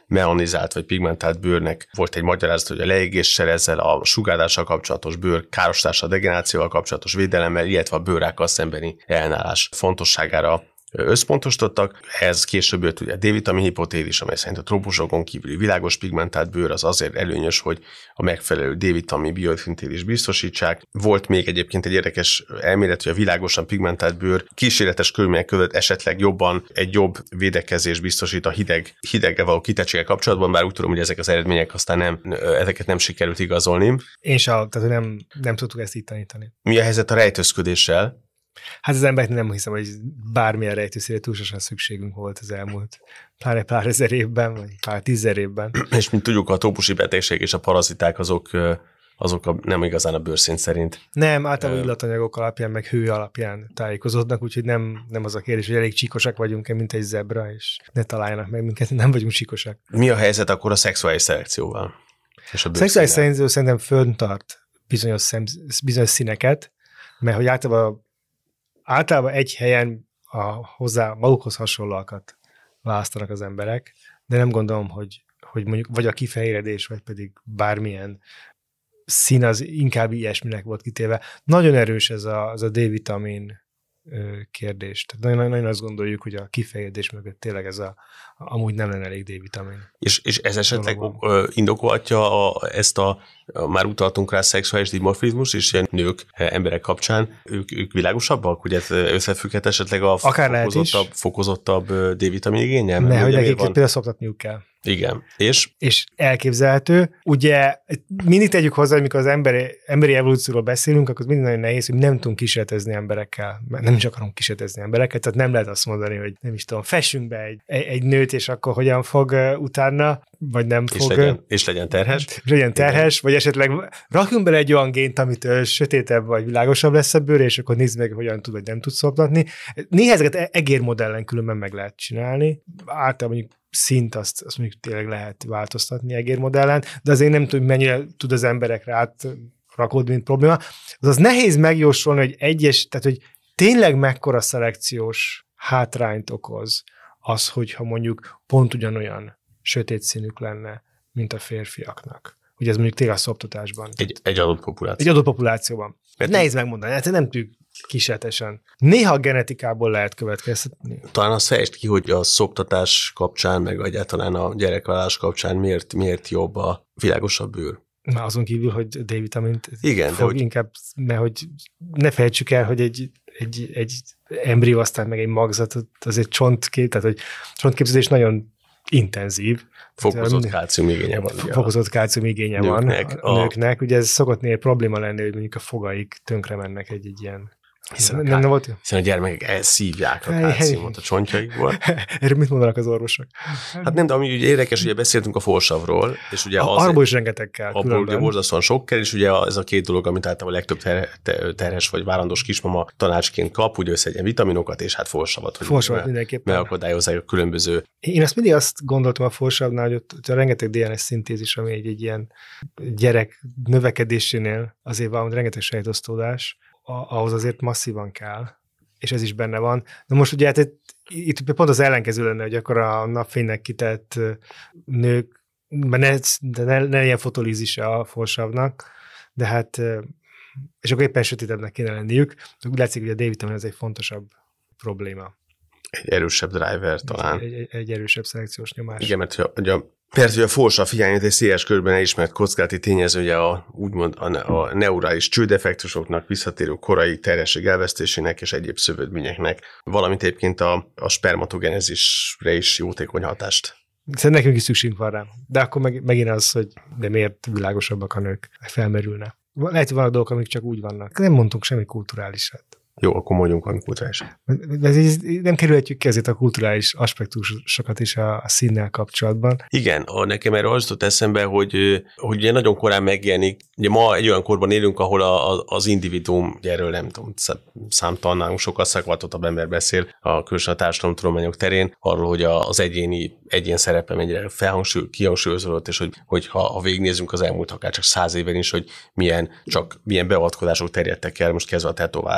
melanizált vagy pigmentált bőrnek volt egy magyarázat, hogy a leégéssel, ezzel a sugárzással kapcsolatos bőr károsítással, degenerációval kapcsolatos védelemmel, illetve a bőrrákkal szembeni ellenállás fontosságára összpontosítottak. Ez később jött ugye a D-vitamin hipotézis, amely szerint a trópusokon kívüli világos pigmentált bőr az azért előnyös, hogy a megfelelő D-vitamin bioszintézis biztosítsák. Volt még egyébként egy érdekes elmélet, hogy a világosan pigmentált bőr kísérletes körülmények között esetleg jobban egy jobb védekezés biztosít a hideggel való kitettséggel kapcsolatban, bár úgy tudom, hogy ezek az eredmények aztán ezeket nem sikerült igazolni. Tehát nem tudtuk ezt így tanítani. Mi a helyzet a rejtőzködéssel? Hát az emberek nem hiszem, hogy bármilyen rejtőszerre túlságosan szükségünk volt az elmúlt pár ezer évben, vagy pár 10 000 évben. És mint tudjuk, a trópusi betegség és a paraziták azok nem igazán a bőrszint szerint. Nem, általában illatanyagok alapján, meg hő alapján tájékozódnak, úgyhogy nem az a kérdés, hogy elég csíkosak vagyunk-e, mint egy zebra, és ne találjanak meg minket, nem vagyunk csíkosak. Mi a helyzet akkor a szexuális szelekcióval? És a szexuális szelekció szerintem föntart bizonyos színeket, mert hogy általában egy helyen hozzá magukhoz hasonlóakat választanak az emberek, de nem gondolom, hogy mondjuk vagy a kifehéredés, vagy pedig bármilyen szín az inkább ilyesminek volt kitéve. Nagyon erős ez a D-vitamin kérdés. Tehát nagyon azt gondoljuk, hogy a kifehéredés mögött tényleg amúgy nem lenne elég D-vitamin. És ez esetleg indokolhatja ezt már utaltunk rá szexuális dimorfizmus, és ilyen nők, emberek kapcsán, ők világosabbak? Ugye összefügghet esetleg a fokozottabb D-vitamin igényel? Mert hogy nekik például szoktatniuk kell. Igen. És elképzelhető. Ugye mindig tegyük hozzá, hogy amikor az emberi evolúcióról beszélünk, akkor mindig nagyon nehéz, hogy nem tudunk kísérletezni emberekkel. Nem is akarunk kísérletezni emberekkel, tehát nem lehet azt mondani, hogy nem is tudom, fessünk be egy nőt, és akkor hogyan fog utána, vagy nem fog. És legyen terhes. És legyen terhes, vagy esetleg rakjunk bele egy olyan gént, amitől sötétebb vagy világosabb lesz a bőr, és akkor nézd meg, hogyan tud, vagy nem tud szoptatni. Néha ezeket egérmodellen különben meg lehet csinálni. Általában mondjuk szint azt mondjuk tényleg lehet változtatni egérmodellen, de azért nem tudom, mennyire tud az emberekre átrakódni, mint probléma. Az nehéz megjósolni, hogy tehát hogy tényleg mekkora szelekciós hátrányt okoz az, hogyha mondjuk pont ugyanolyan sötét színük lenne, mint a férfiaknak. Ugye ez mondjuk tényleg a szoptatásban. Egy adott populáció. Egy adott populációban. Nehéz megmondani, hát nem tudjuk kísérletesen. Néha a genetikából lehet következtetni. Talán azt fejtsd ki, hogy a szoptatás kapcsán, meg egyáltalán a gyerekvállalás kapcsán miért jobb a világosabb bőr? Már azon kívül, hogy D-vitamint igen, fog inkább, mert hogy ne felejtsük el, hogy egy embrió, aztán meg egy magzat, azért tehát hogy csontképzés nagyon intenzív. Fokozott kálcium igénye van. Fokozott kálcium igénye van a nőknek. Ugye ez szokott néha probléma lenni, hogy mondjuk a fogaik tönkre mennek egy ilyen. Hiszen a gyermekek elszívják a kálciumot a csontjaikból. Erről mit mondanak az orvosok? Hát nem, de ami ugye érdekes, ugye beszéltünk a folsavról, és ugye arról is rengeteg kell. Abból ugye borzasztóan sok kell, és ugye ez a két dolog, amit általában a legtöbb terhes vagy várandós kismama tanácsként kap, ugye összeegyen vitaminokat, és hát folsavat. Folsavat mindenképpen. Megakadályozzák a különböző. Én azt mindig azt gondoltam a folsavnál, hogy ott a rengeteg DNS szintézis, ami egy ilyen gyerek növekedésénél azért van rengeteg sejtosztódás, ahhoz azért masszívan kell, és ez is benne van. Na most ugye hát itt pont az ellenkező lenne, hogy akkor a napfénynek kitett nők, ne legyen fotolízise a folsavnak, de hát, és akkor éppen sötétebbnek kéne lenniük. Úgy látszik, hogy a D-vitamin ez egy fontosabb probléma. Egy erősebb driver talán. Egy erősebb szelekciós nyomás. Igen, mert hogy a folsav hiányát egy széles körben elismert kockázati tényező, ugye úgymond a neurális csődeffektusoknak, visszatérő korai terhesség elvesztésének és egyéb szövődményeknek, valamint egyébként a spermatogenezisre is jótékony hatást. Szerintem nekünk is szükségünk van rá. De akkor megint az, hogy de miért világosabbak a nők, felmerülne. Lehet, hogy vannak dolgok, amik csak úgy vannak. Nem mondtunk semmi kulturálisat. Jó, akkor mondjunk valami kulturális. Nem kerülhetjük ki ezért a kulturális aspektusokat is a színnel kapcsolatban. Igen, nekem erről az jutott eszembe, hogy ugye nagyon korán megjelenik, ugye ma egy olyan korban élünk, ahol az individuum, ugye erről nem tudom, számtalan sokkal szakvatottabb ember beszél, különösen a társadalomtudományok terén, arról, hogy az egyén szerepe mennyire kihangsúlyozódott, és hogy ha végignézzünk az elmúlt akár csak 100 éven is, hogy milyen beavatkozások terjedtek el, most kezdve a tetoválástól, ami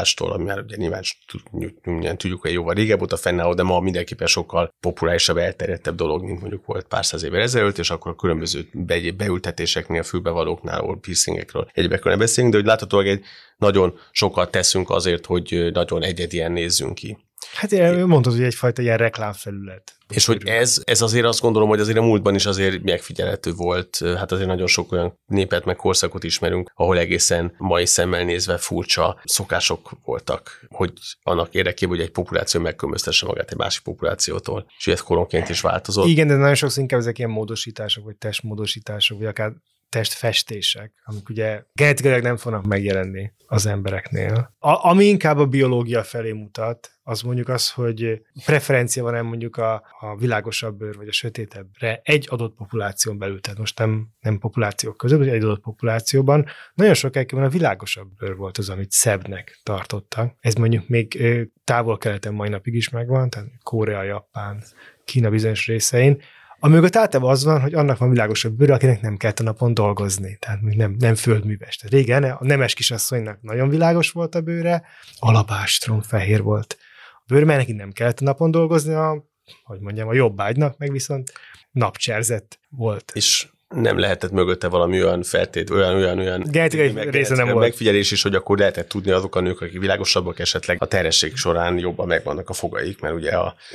már ugye nyilván tudjuk, hogy jóval régebb óta fennáll, de ma mindenképpen sokkal populárisabb, elterjedtebb dolog, mint mondjuk volt pár száz évvel ezelőtt, és akkor a különböző beültetéseknél, fülbevalóknál, ahol piercingekről egyébként beszélünk, de hogy láthatólag egy nagyon sokat teszünk azért, hogy nagyon egyedien nézzünk ki. Hát mondtad, hogy egyfajta ilyen reklámfelület. És hogy ez azért azt gondolom, hogy azért a múltban is azért megfigyelhető volt, hát azért nagyon sok olyan népet meg korszakot ismerünk, ahol egészen mai szemmel nézve furcsa szokások voltak, hogy annak érdekében, hogy egy populáció megkülönböztesse magát egy másik populációtól, és ez koronként is változott. Igen, de nagyon sokszor inkább ezek ilyen módosítások, vagy testmódosítások, vagy akár testfestések, amik ugye genetikailag nem fognak megjelenni az embereknél. Ami inkább a biológia felé mutat, az mondjuk az, hogy preferencia van mondjuk a világosabb bőr, vagy a sötétebbre egy adott populáción belül, tehát most nem populációk között, vagy egy adott populációban. Nagyon sokáig a világosabb bőr volt az, amit szebbnek tartottak. Ez mondjuk még távol-keleten mai napig is megvan, tehát Korea, Japán, Kína bizonyos részein. Amögött általában az van, hogy annak van világosabb bőre, akinek nem kellett a napon dolgozni, tehát nem földműves. Tehát régen a nemes kisasszonynak nagyon világos volt a bőre, alabástrom fehér volt a bőr, mert neki nem kellett a napon dolgozni, a jobbágynak meg viszont napcserzett volt. És nem lehetett mögötte valami olyan olyan genetikai része nem volt. Megfigyelés is, hogy akkor lehetett tudni azok a nők, akik világosabbak, esetleg a terhesség során jobban megvannak a fogaik, mert ugye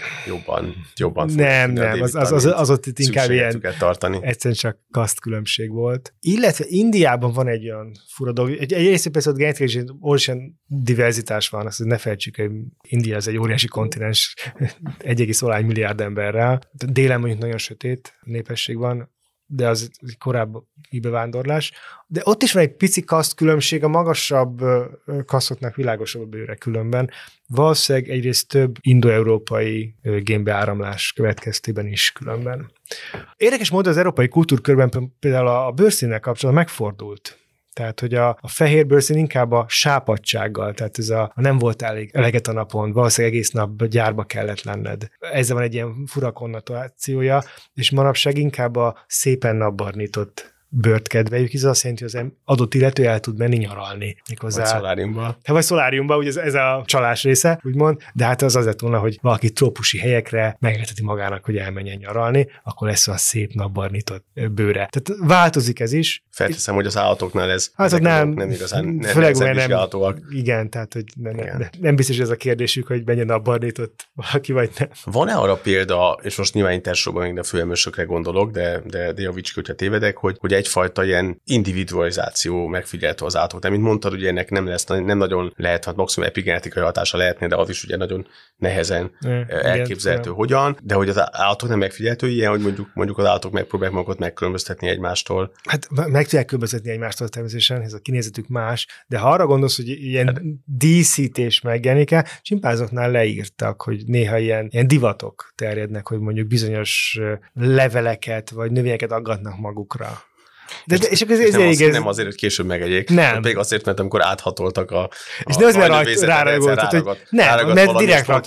jobban nem, az ott itt inkább ilyen tartani. Egyszerűen csak kasztkülönbség volt. Illetve Indiában van egy olyan fura dolog, egyrészt persze ott genetikai óriási diverzitás van, azt ne felejtsük, hogy India az egy óriási kontinens 1,1 milliárd emberrel. Délen mondjuk nagyon sötét népesség van, de az korábbi bevándorlás. De ott is van egy pici kasztkülönbség, a magasabb kasztoknak világosabb a bőre különben. Valószínűleg egyrészt több indo-európai génbeáramlás következtében is különben. Érdekes módon az európai kultúrkörben például a bőrszínnel kapcsolatban megfordult. Tehát, hogy a fehér bőrszín inkább a sápadtsággal, tehát ez a nem volt eleget a napon, valószínűleg egész nap gyárba kellett lenned. Ezzel van egy ilyen fura konnotációja, és manapság inkább a szépen napbarnított bőrt kedveljük, hisz azt jelenti, hogy az adott illető el tud menni nyaralni. Méghozzá, vagy szoláriumba. Vagy szoláriumba, ugye ez a csalás része, úgymond, de hát az azért volna, hogy valaki trópusi helyekre megengedheti magának, hogy elmenjen nyaralni, akkor lesz a szép napbarnított bőre. Tehát változik ez is. Felteszem, hogy az állatoknál ez nem igazán vizsgálatóak. Igen, tehát hogy nem biztos ez a kérdésük, hogy menjen napbarnított valaki, vagy nem. Van-e arra példa, és most nyilván internetsorban még a főemlősökre gondolok, de javíts ki, hogyha tévedek, hogy egyfajta ilyen individualizáció megfigyelhető az állatok. De mint mondtad, ugye ennek nem nagyon lehet, hát maximum epigenetikai hatása lehetne, de az is ugye nagyon nehezen elképzelhető hogyan, de hogy az állatok nem megfigyelhető ilyen, hogy mondjuk az állatok megpróbálják magukat megkülönböztetni egymástól. Hát meg tudják különböztetni egymástól természetesen, ez a kinézetük más, de ha arra gondolsz, hogy ilyen díszítés megjelenik, csimpánzoknál leírtak, hogy néha ilyen divatok terjednek, hogy mondjuk bizonyos leveleket vagy növényeket aggatnak magukra. És akkor ez nem azért, hogy később megegyék. Nem. Pedig azért, mert amikor áthatoltak és nem azért, hogy nem,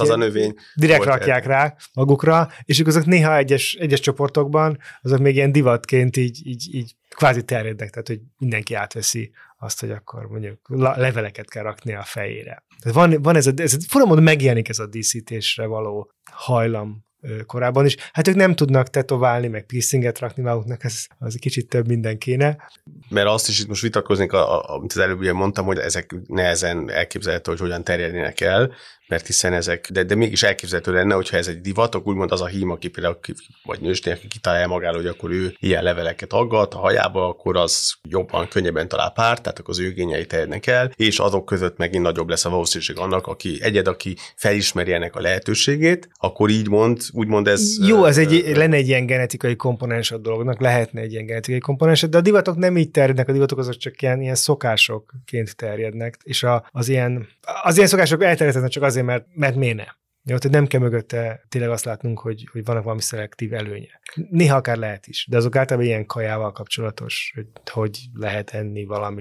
direkt rakják rá magukra, és azok néha egyes csoportokban, azok még ilyen divatként így kvázi terjednek, tehát hogy mindenki átveszi azt, hogy akkor mondjuk leveleket kell rakni a fejére. Tehát van ez fura módon megjelenik ez a díszítésre való hajlam korábban is. Hát ők nem tudnak tetoválni, meg piercinget rakni maguknak, az egy kicsit több minden kéne. Mert azt is itt most vitatkoznék, amit az előbb mondtam, hogy ezek nehezen elképzelhető, hogy hogyan terjednének el, mert hiszen ezek, de mégis elképzelhető lenne, hogyha ez egy divat, akkor úgymond az a hím, aki például vagy nőstény, aki kitalálja magára, hogy akkor ő ilyen leveleket aggat a hajába, akkor az jobban, könnyebben talál párt, tehát akkor az ő igényei terjednek el, és azok között megint nagyobb lesz a valószínűség annak, aki felismeri ennek a lehetőségét, akkor úgymond ez... Jó, lenne egy ilyen genetikai komponens a dolognak, lehetne egy ilyen genetikai komponens, de a divatok nem így terjednek, a divatok azok csak ilyen szokásokként terjednek, és az ilyen szokások elterjednek csak azért, mert miért ne? Jó, tehát nem kell mögötte tényleg azt látnunk, hogy vannak valami szelektív előnye. Néha akár lehet is, de azok általában ilyen kajával kapcsolatos, hogy lehet enni valamit,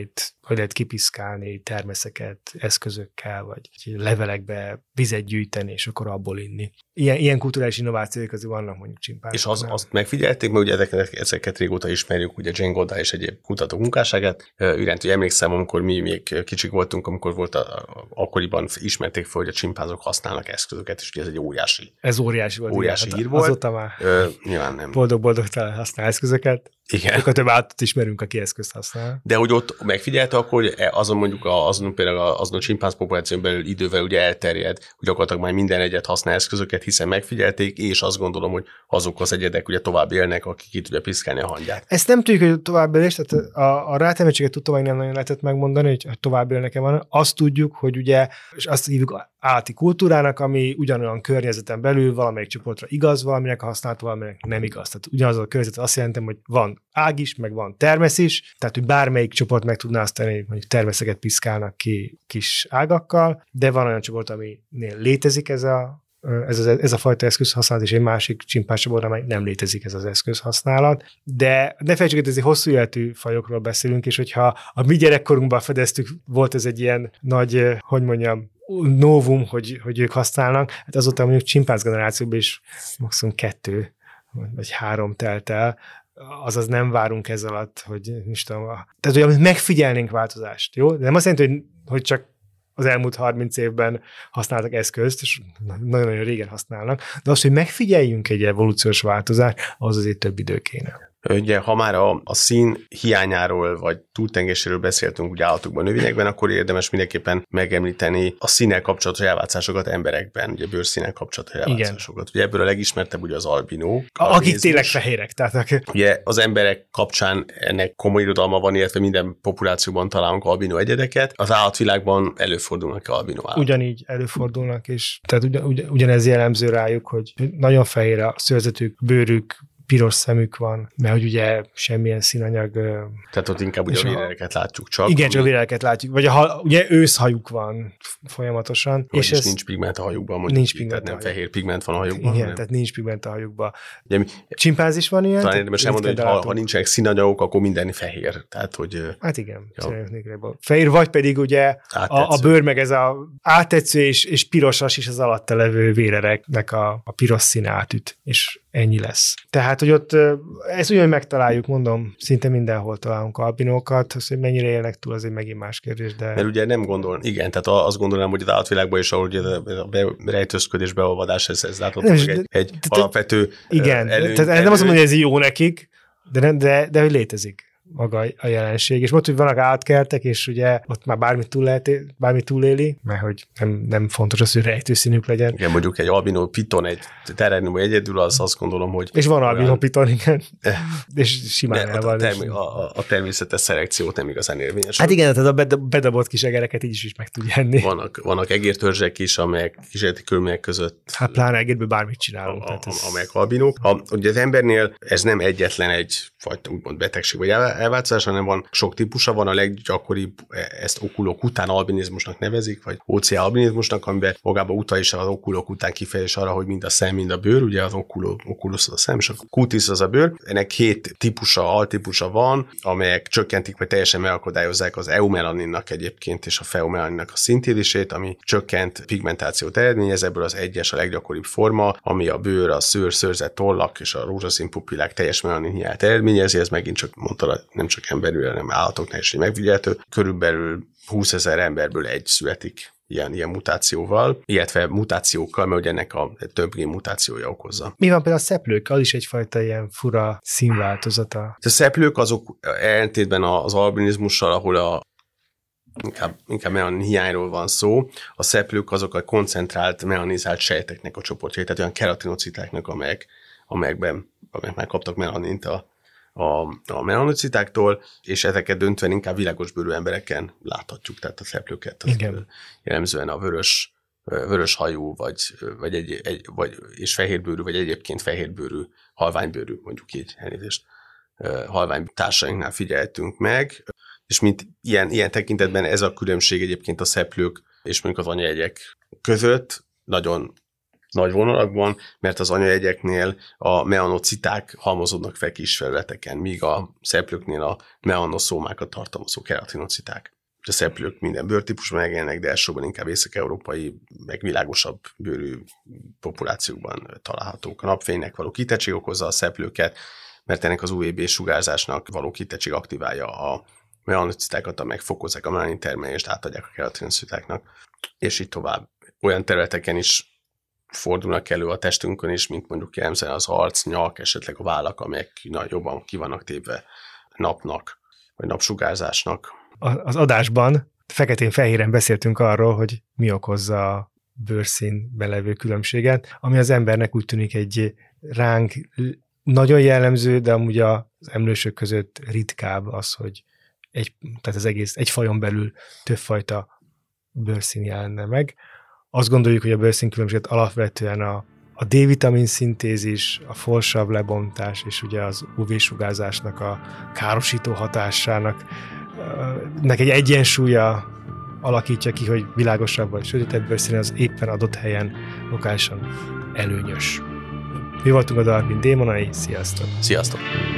hogy lehet kipiszkálni termeszeket eszközökkel, vagy levelekbe vizet gyűjteni, és akkor abból inni. Ilyen kulturális innovációk azért vannak mondjuk csimpánzoknál. És azt megfigyelték, mert ugye ezeket régóta ismerjük, ugye Jane Goodall és egyéb kutatók munkásságát. Iránt, hogy emlékszem, amikor mi még kicsik voltunk, amikor akkoriban ismerték fel, hogy a csimpánzok használnak eszközöket, és ugye ez egy óriási. Ez óriási volt. Óriási hír volt. Azóta már nyilván nem. Boldog-boldogtalan használ eszközöket. Igen. Sokkal több állatot ismerünk, aki eszközt használ. De hogy ott megfigyelte akkor, hogy azon mondjuk például azon a csimpánz populáción belül idővel ugye elterjed, hogy gyakorlatilag már minden egyet használ eszközöket, hiszen megfigyelték, és azt gondolom, hogy azok az egyedek ugye tovább élnek, akik ki tudja piszkálni a hangyát. Ezt nem tudjuk, hogy tovább élés, tehát a rátermettséget tudtam, nem nagyon lehetett megmondani, hogy tovább élnek-e van. Azt tudjuk, hogy ugye, és azt hívjuk állati kultúrának, ami ugyanolyan környezeten belül valamelyik csoportra igaz, valaminek használata, valaminek nem igaz. Tehát ugyanaz a környezet azt jelenti, hogy van ág is, meg van termesz is, tehát hogy bármelyik csoport meg tudná azt tenni, hogy termeszeket piszkálnak ki kis ágakkal, de van olyan csoport, aminél létezik ez a fajta eszközhasználat, és egy másik csimpánzcsoport, amely nem létezik ez az eszközhasználat. De ne felejtsük, hogy ez egy hosszú életű fajokról beszélünk, és hogyha a mi gyerekkorunkban fedeztük, volt ez egy ilyen nagy, novum, hogy ők használnak, hát azóta mondjuk csimpánz generációban is maximum 2 vagy 3 telt el, azaz nem várunk ez alatt, hogy tehát, hogy megfigyelnénk változást, jó? De nem azt jelenti, hogy csak az elmúlt 30 évben használtak eszközt, és nagyon-nagyon régen használnak, de az, hogy megfigyeljünk egy evolúciós változást, az azért több idő kéne. Ugye, ha már a szín hiányáról, vagy túltengéséről beszéltünk ugye állatokban, növényekben, akkor érdemes mindenképpen megemlíteni a színnel kapcsolatos elváltozásokat emberekben, ugye bőrszínnel kapcsolatos elváltozásokat. Ugye ebből a legismertebb ugye az albinó. Akik tényleg fehérek. Tehát ugye az emberek kapcsán ennek komoly irodalma van, illetve minden populációban találunk albinó egyedeket. Az állatvilágban előfordulnak albinó állatok. Ugyanígy előfordulnak, és tehát ugyanez jellemző rájuk, hogy nagyon fehér a szőrzetük, bőrük, piros szemük van, mert hogy ugye semmilyen színanyag... Tehát ott inkább ugye a véreleket látjuk csak. Igen, csak a véreleket látjuk. Vagy ugye őszhajuk van folyamatosan. És ez nincs pigment a hajukban, mondjuk. Nincs pigment, tehát nem fehér pigment van a hajukban. Igen, tehát nincs pigment a hajukban. Ugye, csimpánz is van ilyen? Talán érdemes elmondani, hogy ha nincsenek színanyagok, akkor minden fehér. Tehát, hogy... Hát igen, fehér, vagy pedig ugye a bőr meg ez a áttetsző és pirosas is az alatta levő vérereknek a piros színe átüt, és ennyi lesz. Tehát, hogy ott ezt ugyanúgy megtaláljuk, mondom, szinte mindenhol találunk albinókat, az, hogy mennyire élnek túl, az egy megint más kérdés, de... Mert ugye nem gondol, igen, tehát azt gondolom, hogy az állatvilágban is, ahogy a rejtőzködés, beolvadás, ez látható, egy alapvető igen, tehát nem azt mondom, hogy ez jó nekik, de hogy létezik maga a jelenség. És most, hogy vannak állatkertek, és ugye ott már bármi túléli, mert hogy nem fontos az, hogy rejtőszínük legyen. Igen, mondjuk egy albinó piton, egy terrarium egyedül, azt gondolom, hogy... És van albinó piton, igen. És simán el van. A természetes szelekciót nem igazán érvényes. Hát igen, tehát a bedobott kis egereket így is meg tudja enni. Vannak egértörzsek is, amelyek kísérleti körülmények között... Hát pláne egérből bármit csinálunk. Amelyek albinók. Ugye az embernél ez nem egyetlen egy fajta úgymond betegség vagy elváltozás, hanem van sok típusa, van a leggyakoribb, ezt okulok után albinizmusnak nevezik, vagy OCA albinizmusnak, amiben magába utal is az okulok után kifejezés arra, hogy mind a szem, mind a bőr, ugye az okulus az a szem, és a cutis az a bőr. Ennek 2 típusa, altípusa van, amelyek csökkentik, vagy teljesen megakadályozzák az eumelaninnak egyébként, és a feomelaninnak a szintézisét, ami csökkent pigmentációt eredményez, ebből az 1-es a leggyakoribb forma, ami a bőr, a szőrzet, tollak és a rózsaszín pupillák teljes melanin hiányát eredményezi, ez megint csak mondta, nem csak emberül, hanem állatoknál is megfigyelhető. Körülbelül 20 000 emberből egy születik ilyen mutációval, illetve mutációkkal, mert ugye ennek a több gén mutációja okozza. Mi van például a szeplők? Az is egyfajta ilyen fura színváltozata. A szeplők azok ellentétben az albinizmussal, ahol inkább melanin hiányról van szó, a szeplők azok a koncentrált, melanizált sejteknek a csoportjai, tehát olyan keratinocytáknak, amelyek már kaptak melanint a melanocitáktól, és ezeket döntően inkább világosbőrű embereken láthatjuk, tehát a szeplőket. Jellemzően a vörös hajú, és fehérbőrű, vagy egyébként fehérbőrű, halványbőrű, mondjuk így elnézést, halvány társainknál figyeltünk meg, és mint ilyen tekintetben ez a különbség egyébként a szeplők és mondjuk az anyajegyek között nagyon nagy vonalakban, mert az anyajegyeknél a melanociták halmozódnak fel kis felületeken, míg a szeplőknél a melanoszómákat tartalmazó keratinociták. a szereplők minden bőrtípusban megjelennek, de elsősorban inkább észak-európai, meg világosabb bőrű populációkban találhatók. A napfénynek való kitettség okozza a szereplőket, mert ennek az UVB-sugárzásnak való kitettség aktiválja a melanocitákat, amelyek fokozzák a melanin termelést, átadják a keratinoциtáknak, és így tovább. Olyan területeken is fordulnak elő a testünkön is, mint mondjuk jellemzően az arc, nyak, esetleg a vállak, amelyek jobban ki vannak téve napnak, vagy napsugárzásnak. Az adásban feketén-fehéren beszéltünk arról, hogy mi okozza a bőrszínben levő különbséget, ami az embernek úgy tűnik egy ránk nagyon jellemző, de amúgy az emlősök között ritkább az, hogy tehát az egész egy fajon belül többfajta bőrszín jelenne meg. Azt gondoljuk, hogy a bőrszínkülönbséget alapvetően a D-vitamin szintézis, a folsav lebontás és ugye az UV-sugárzásnak a károsító hatásának egy egyensúlya alakítja ki, hogy világosabb vagy sötétebb bőrszín az éppen adott helyen lokálisan előnyös. Mi voltunk a Darwin démonai, sziasztok! Sziasztok!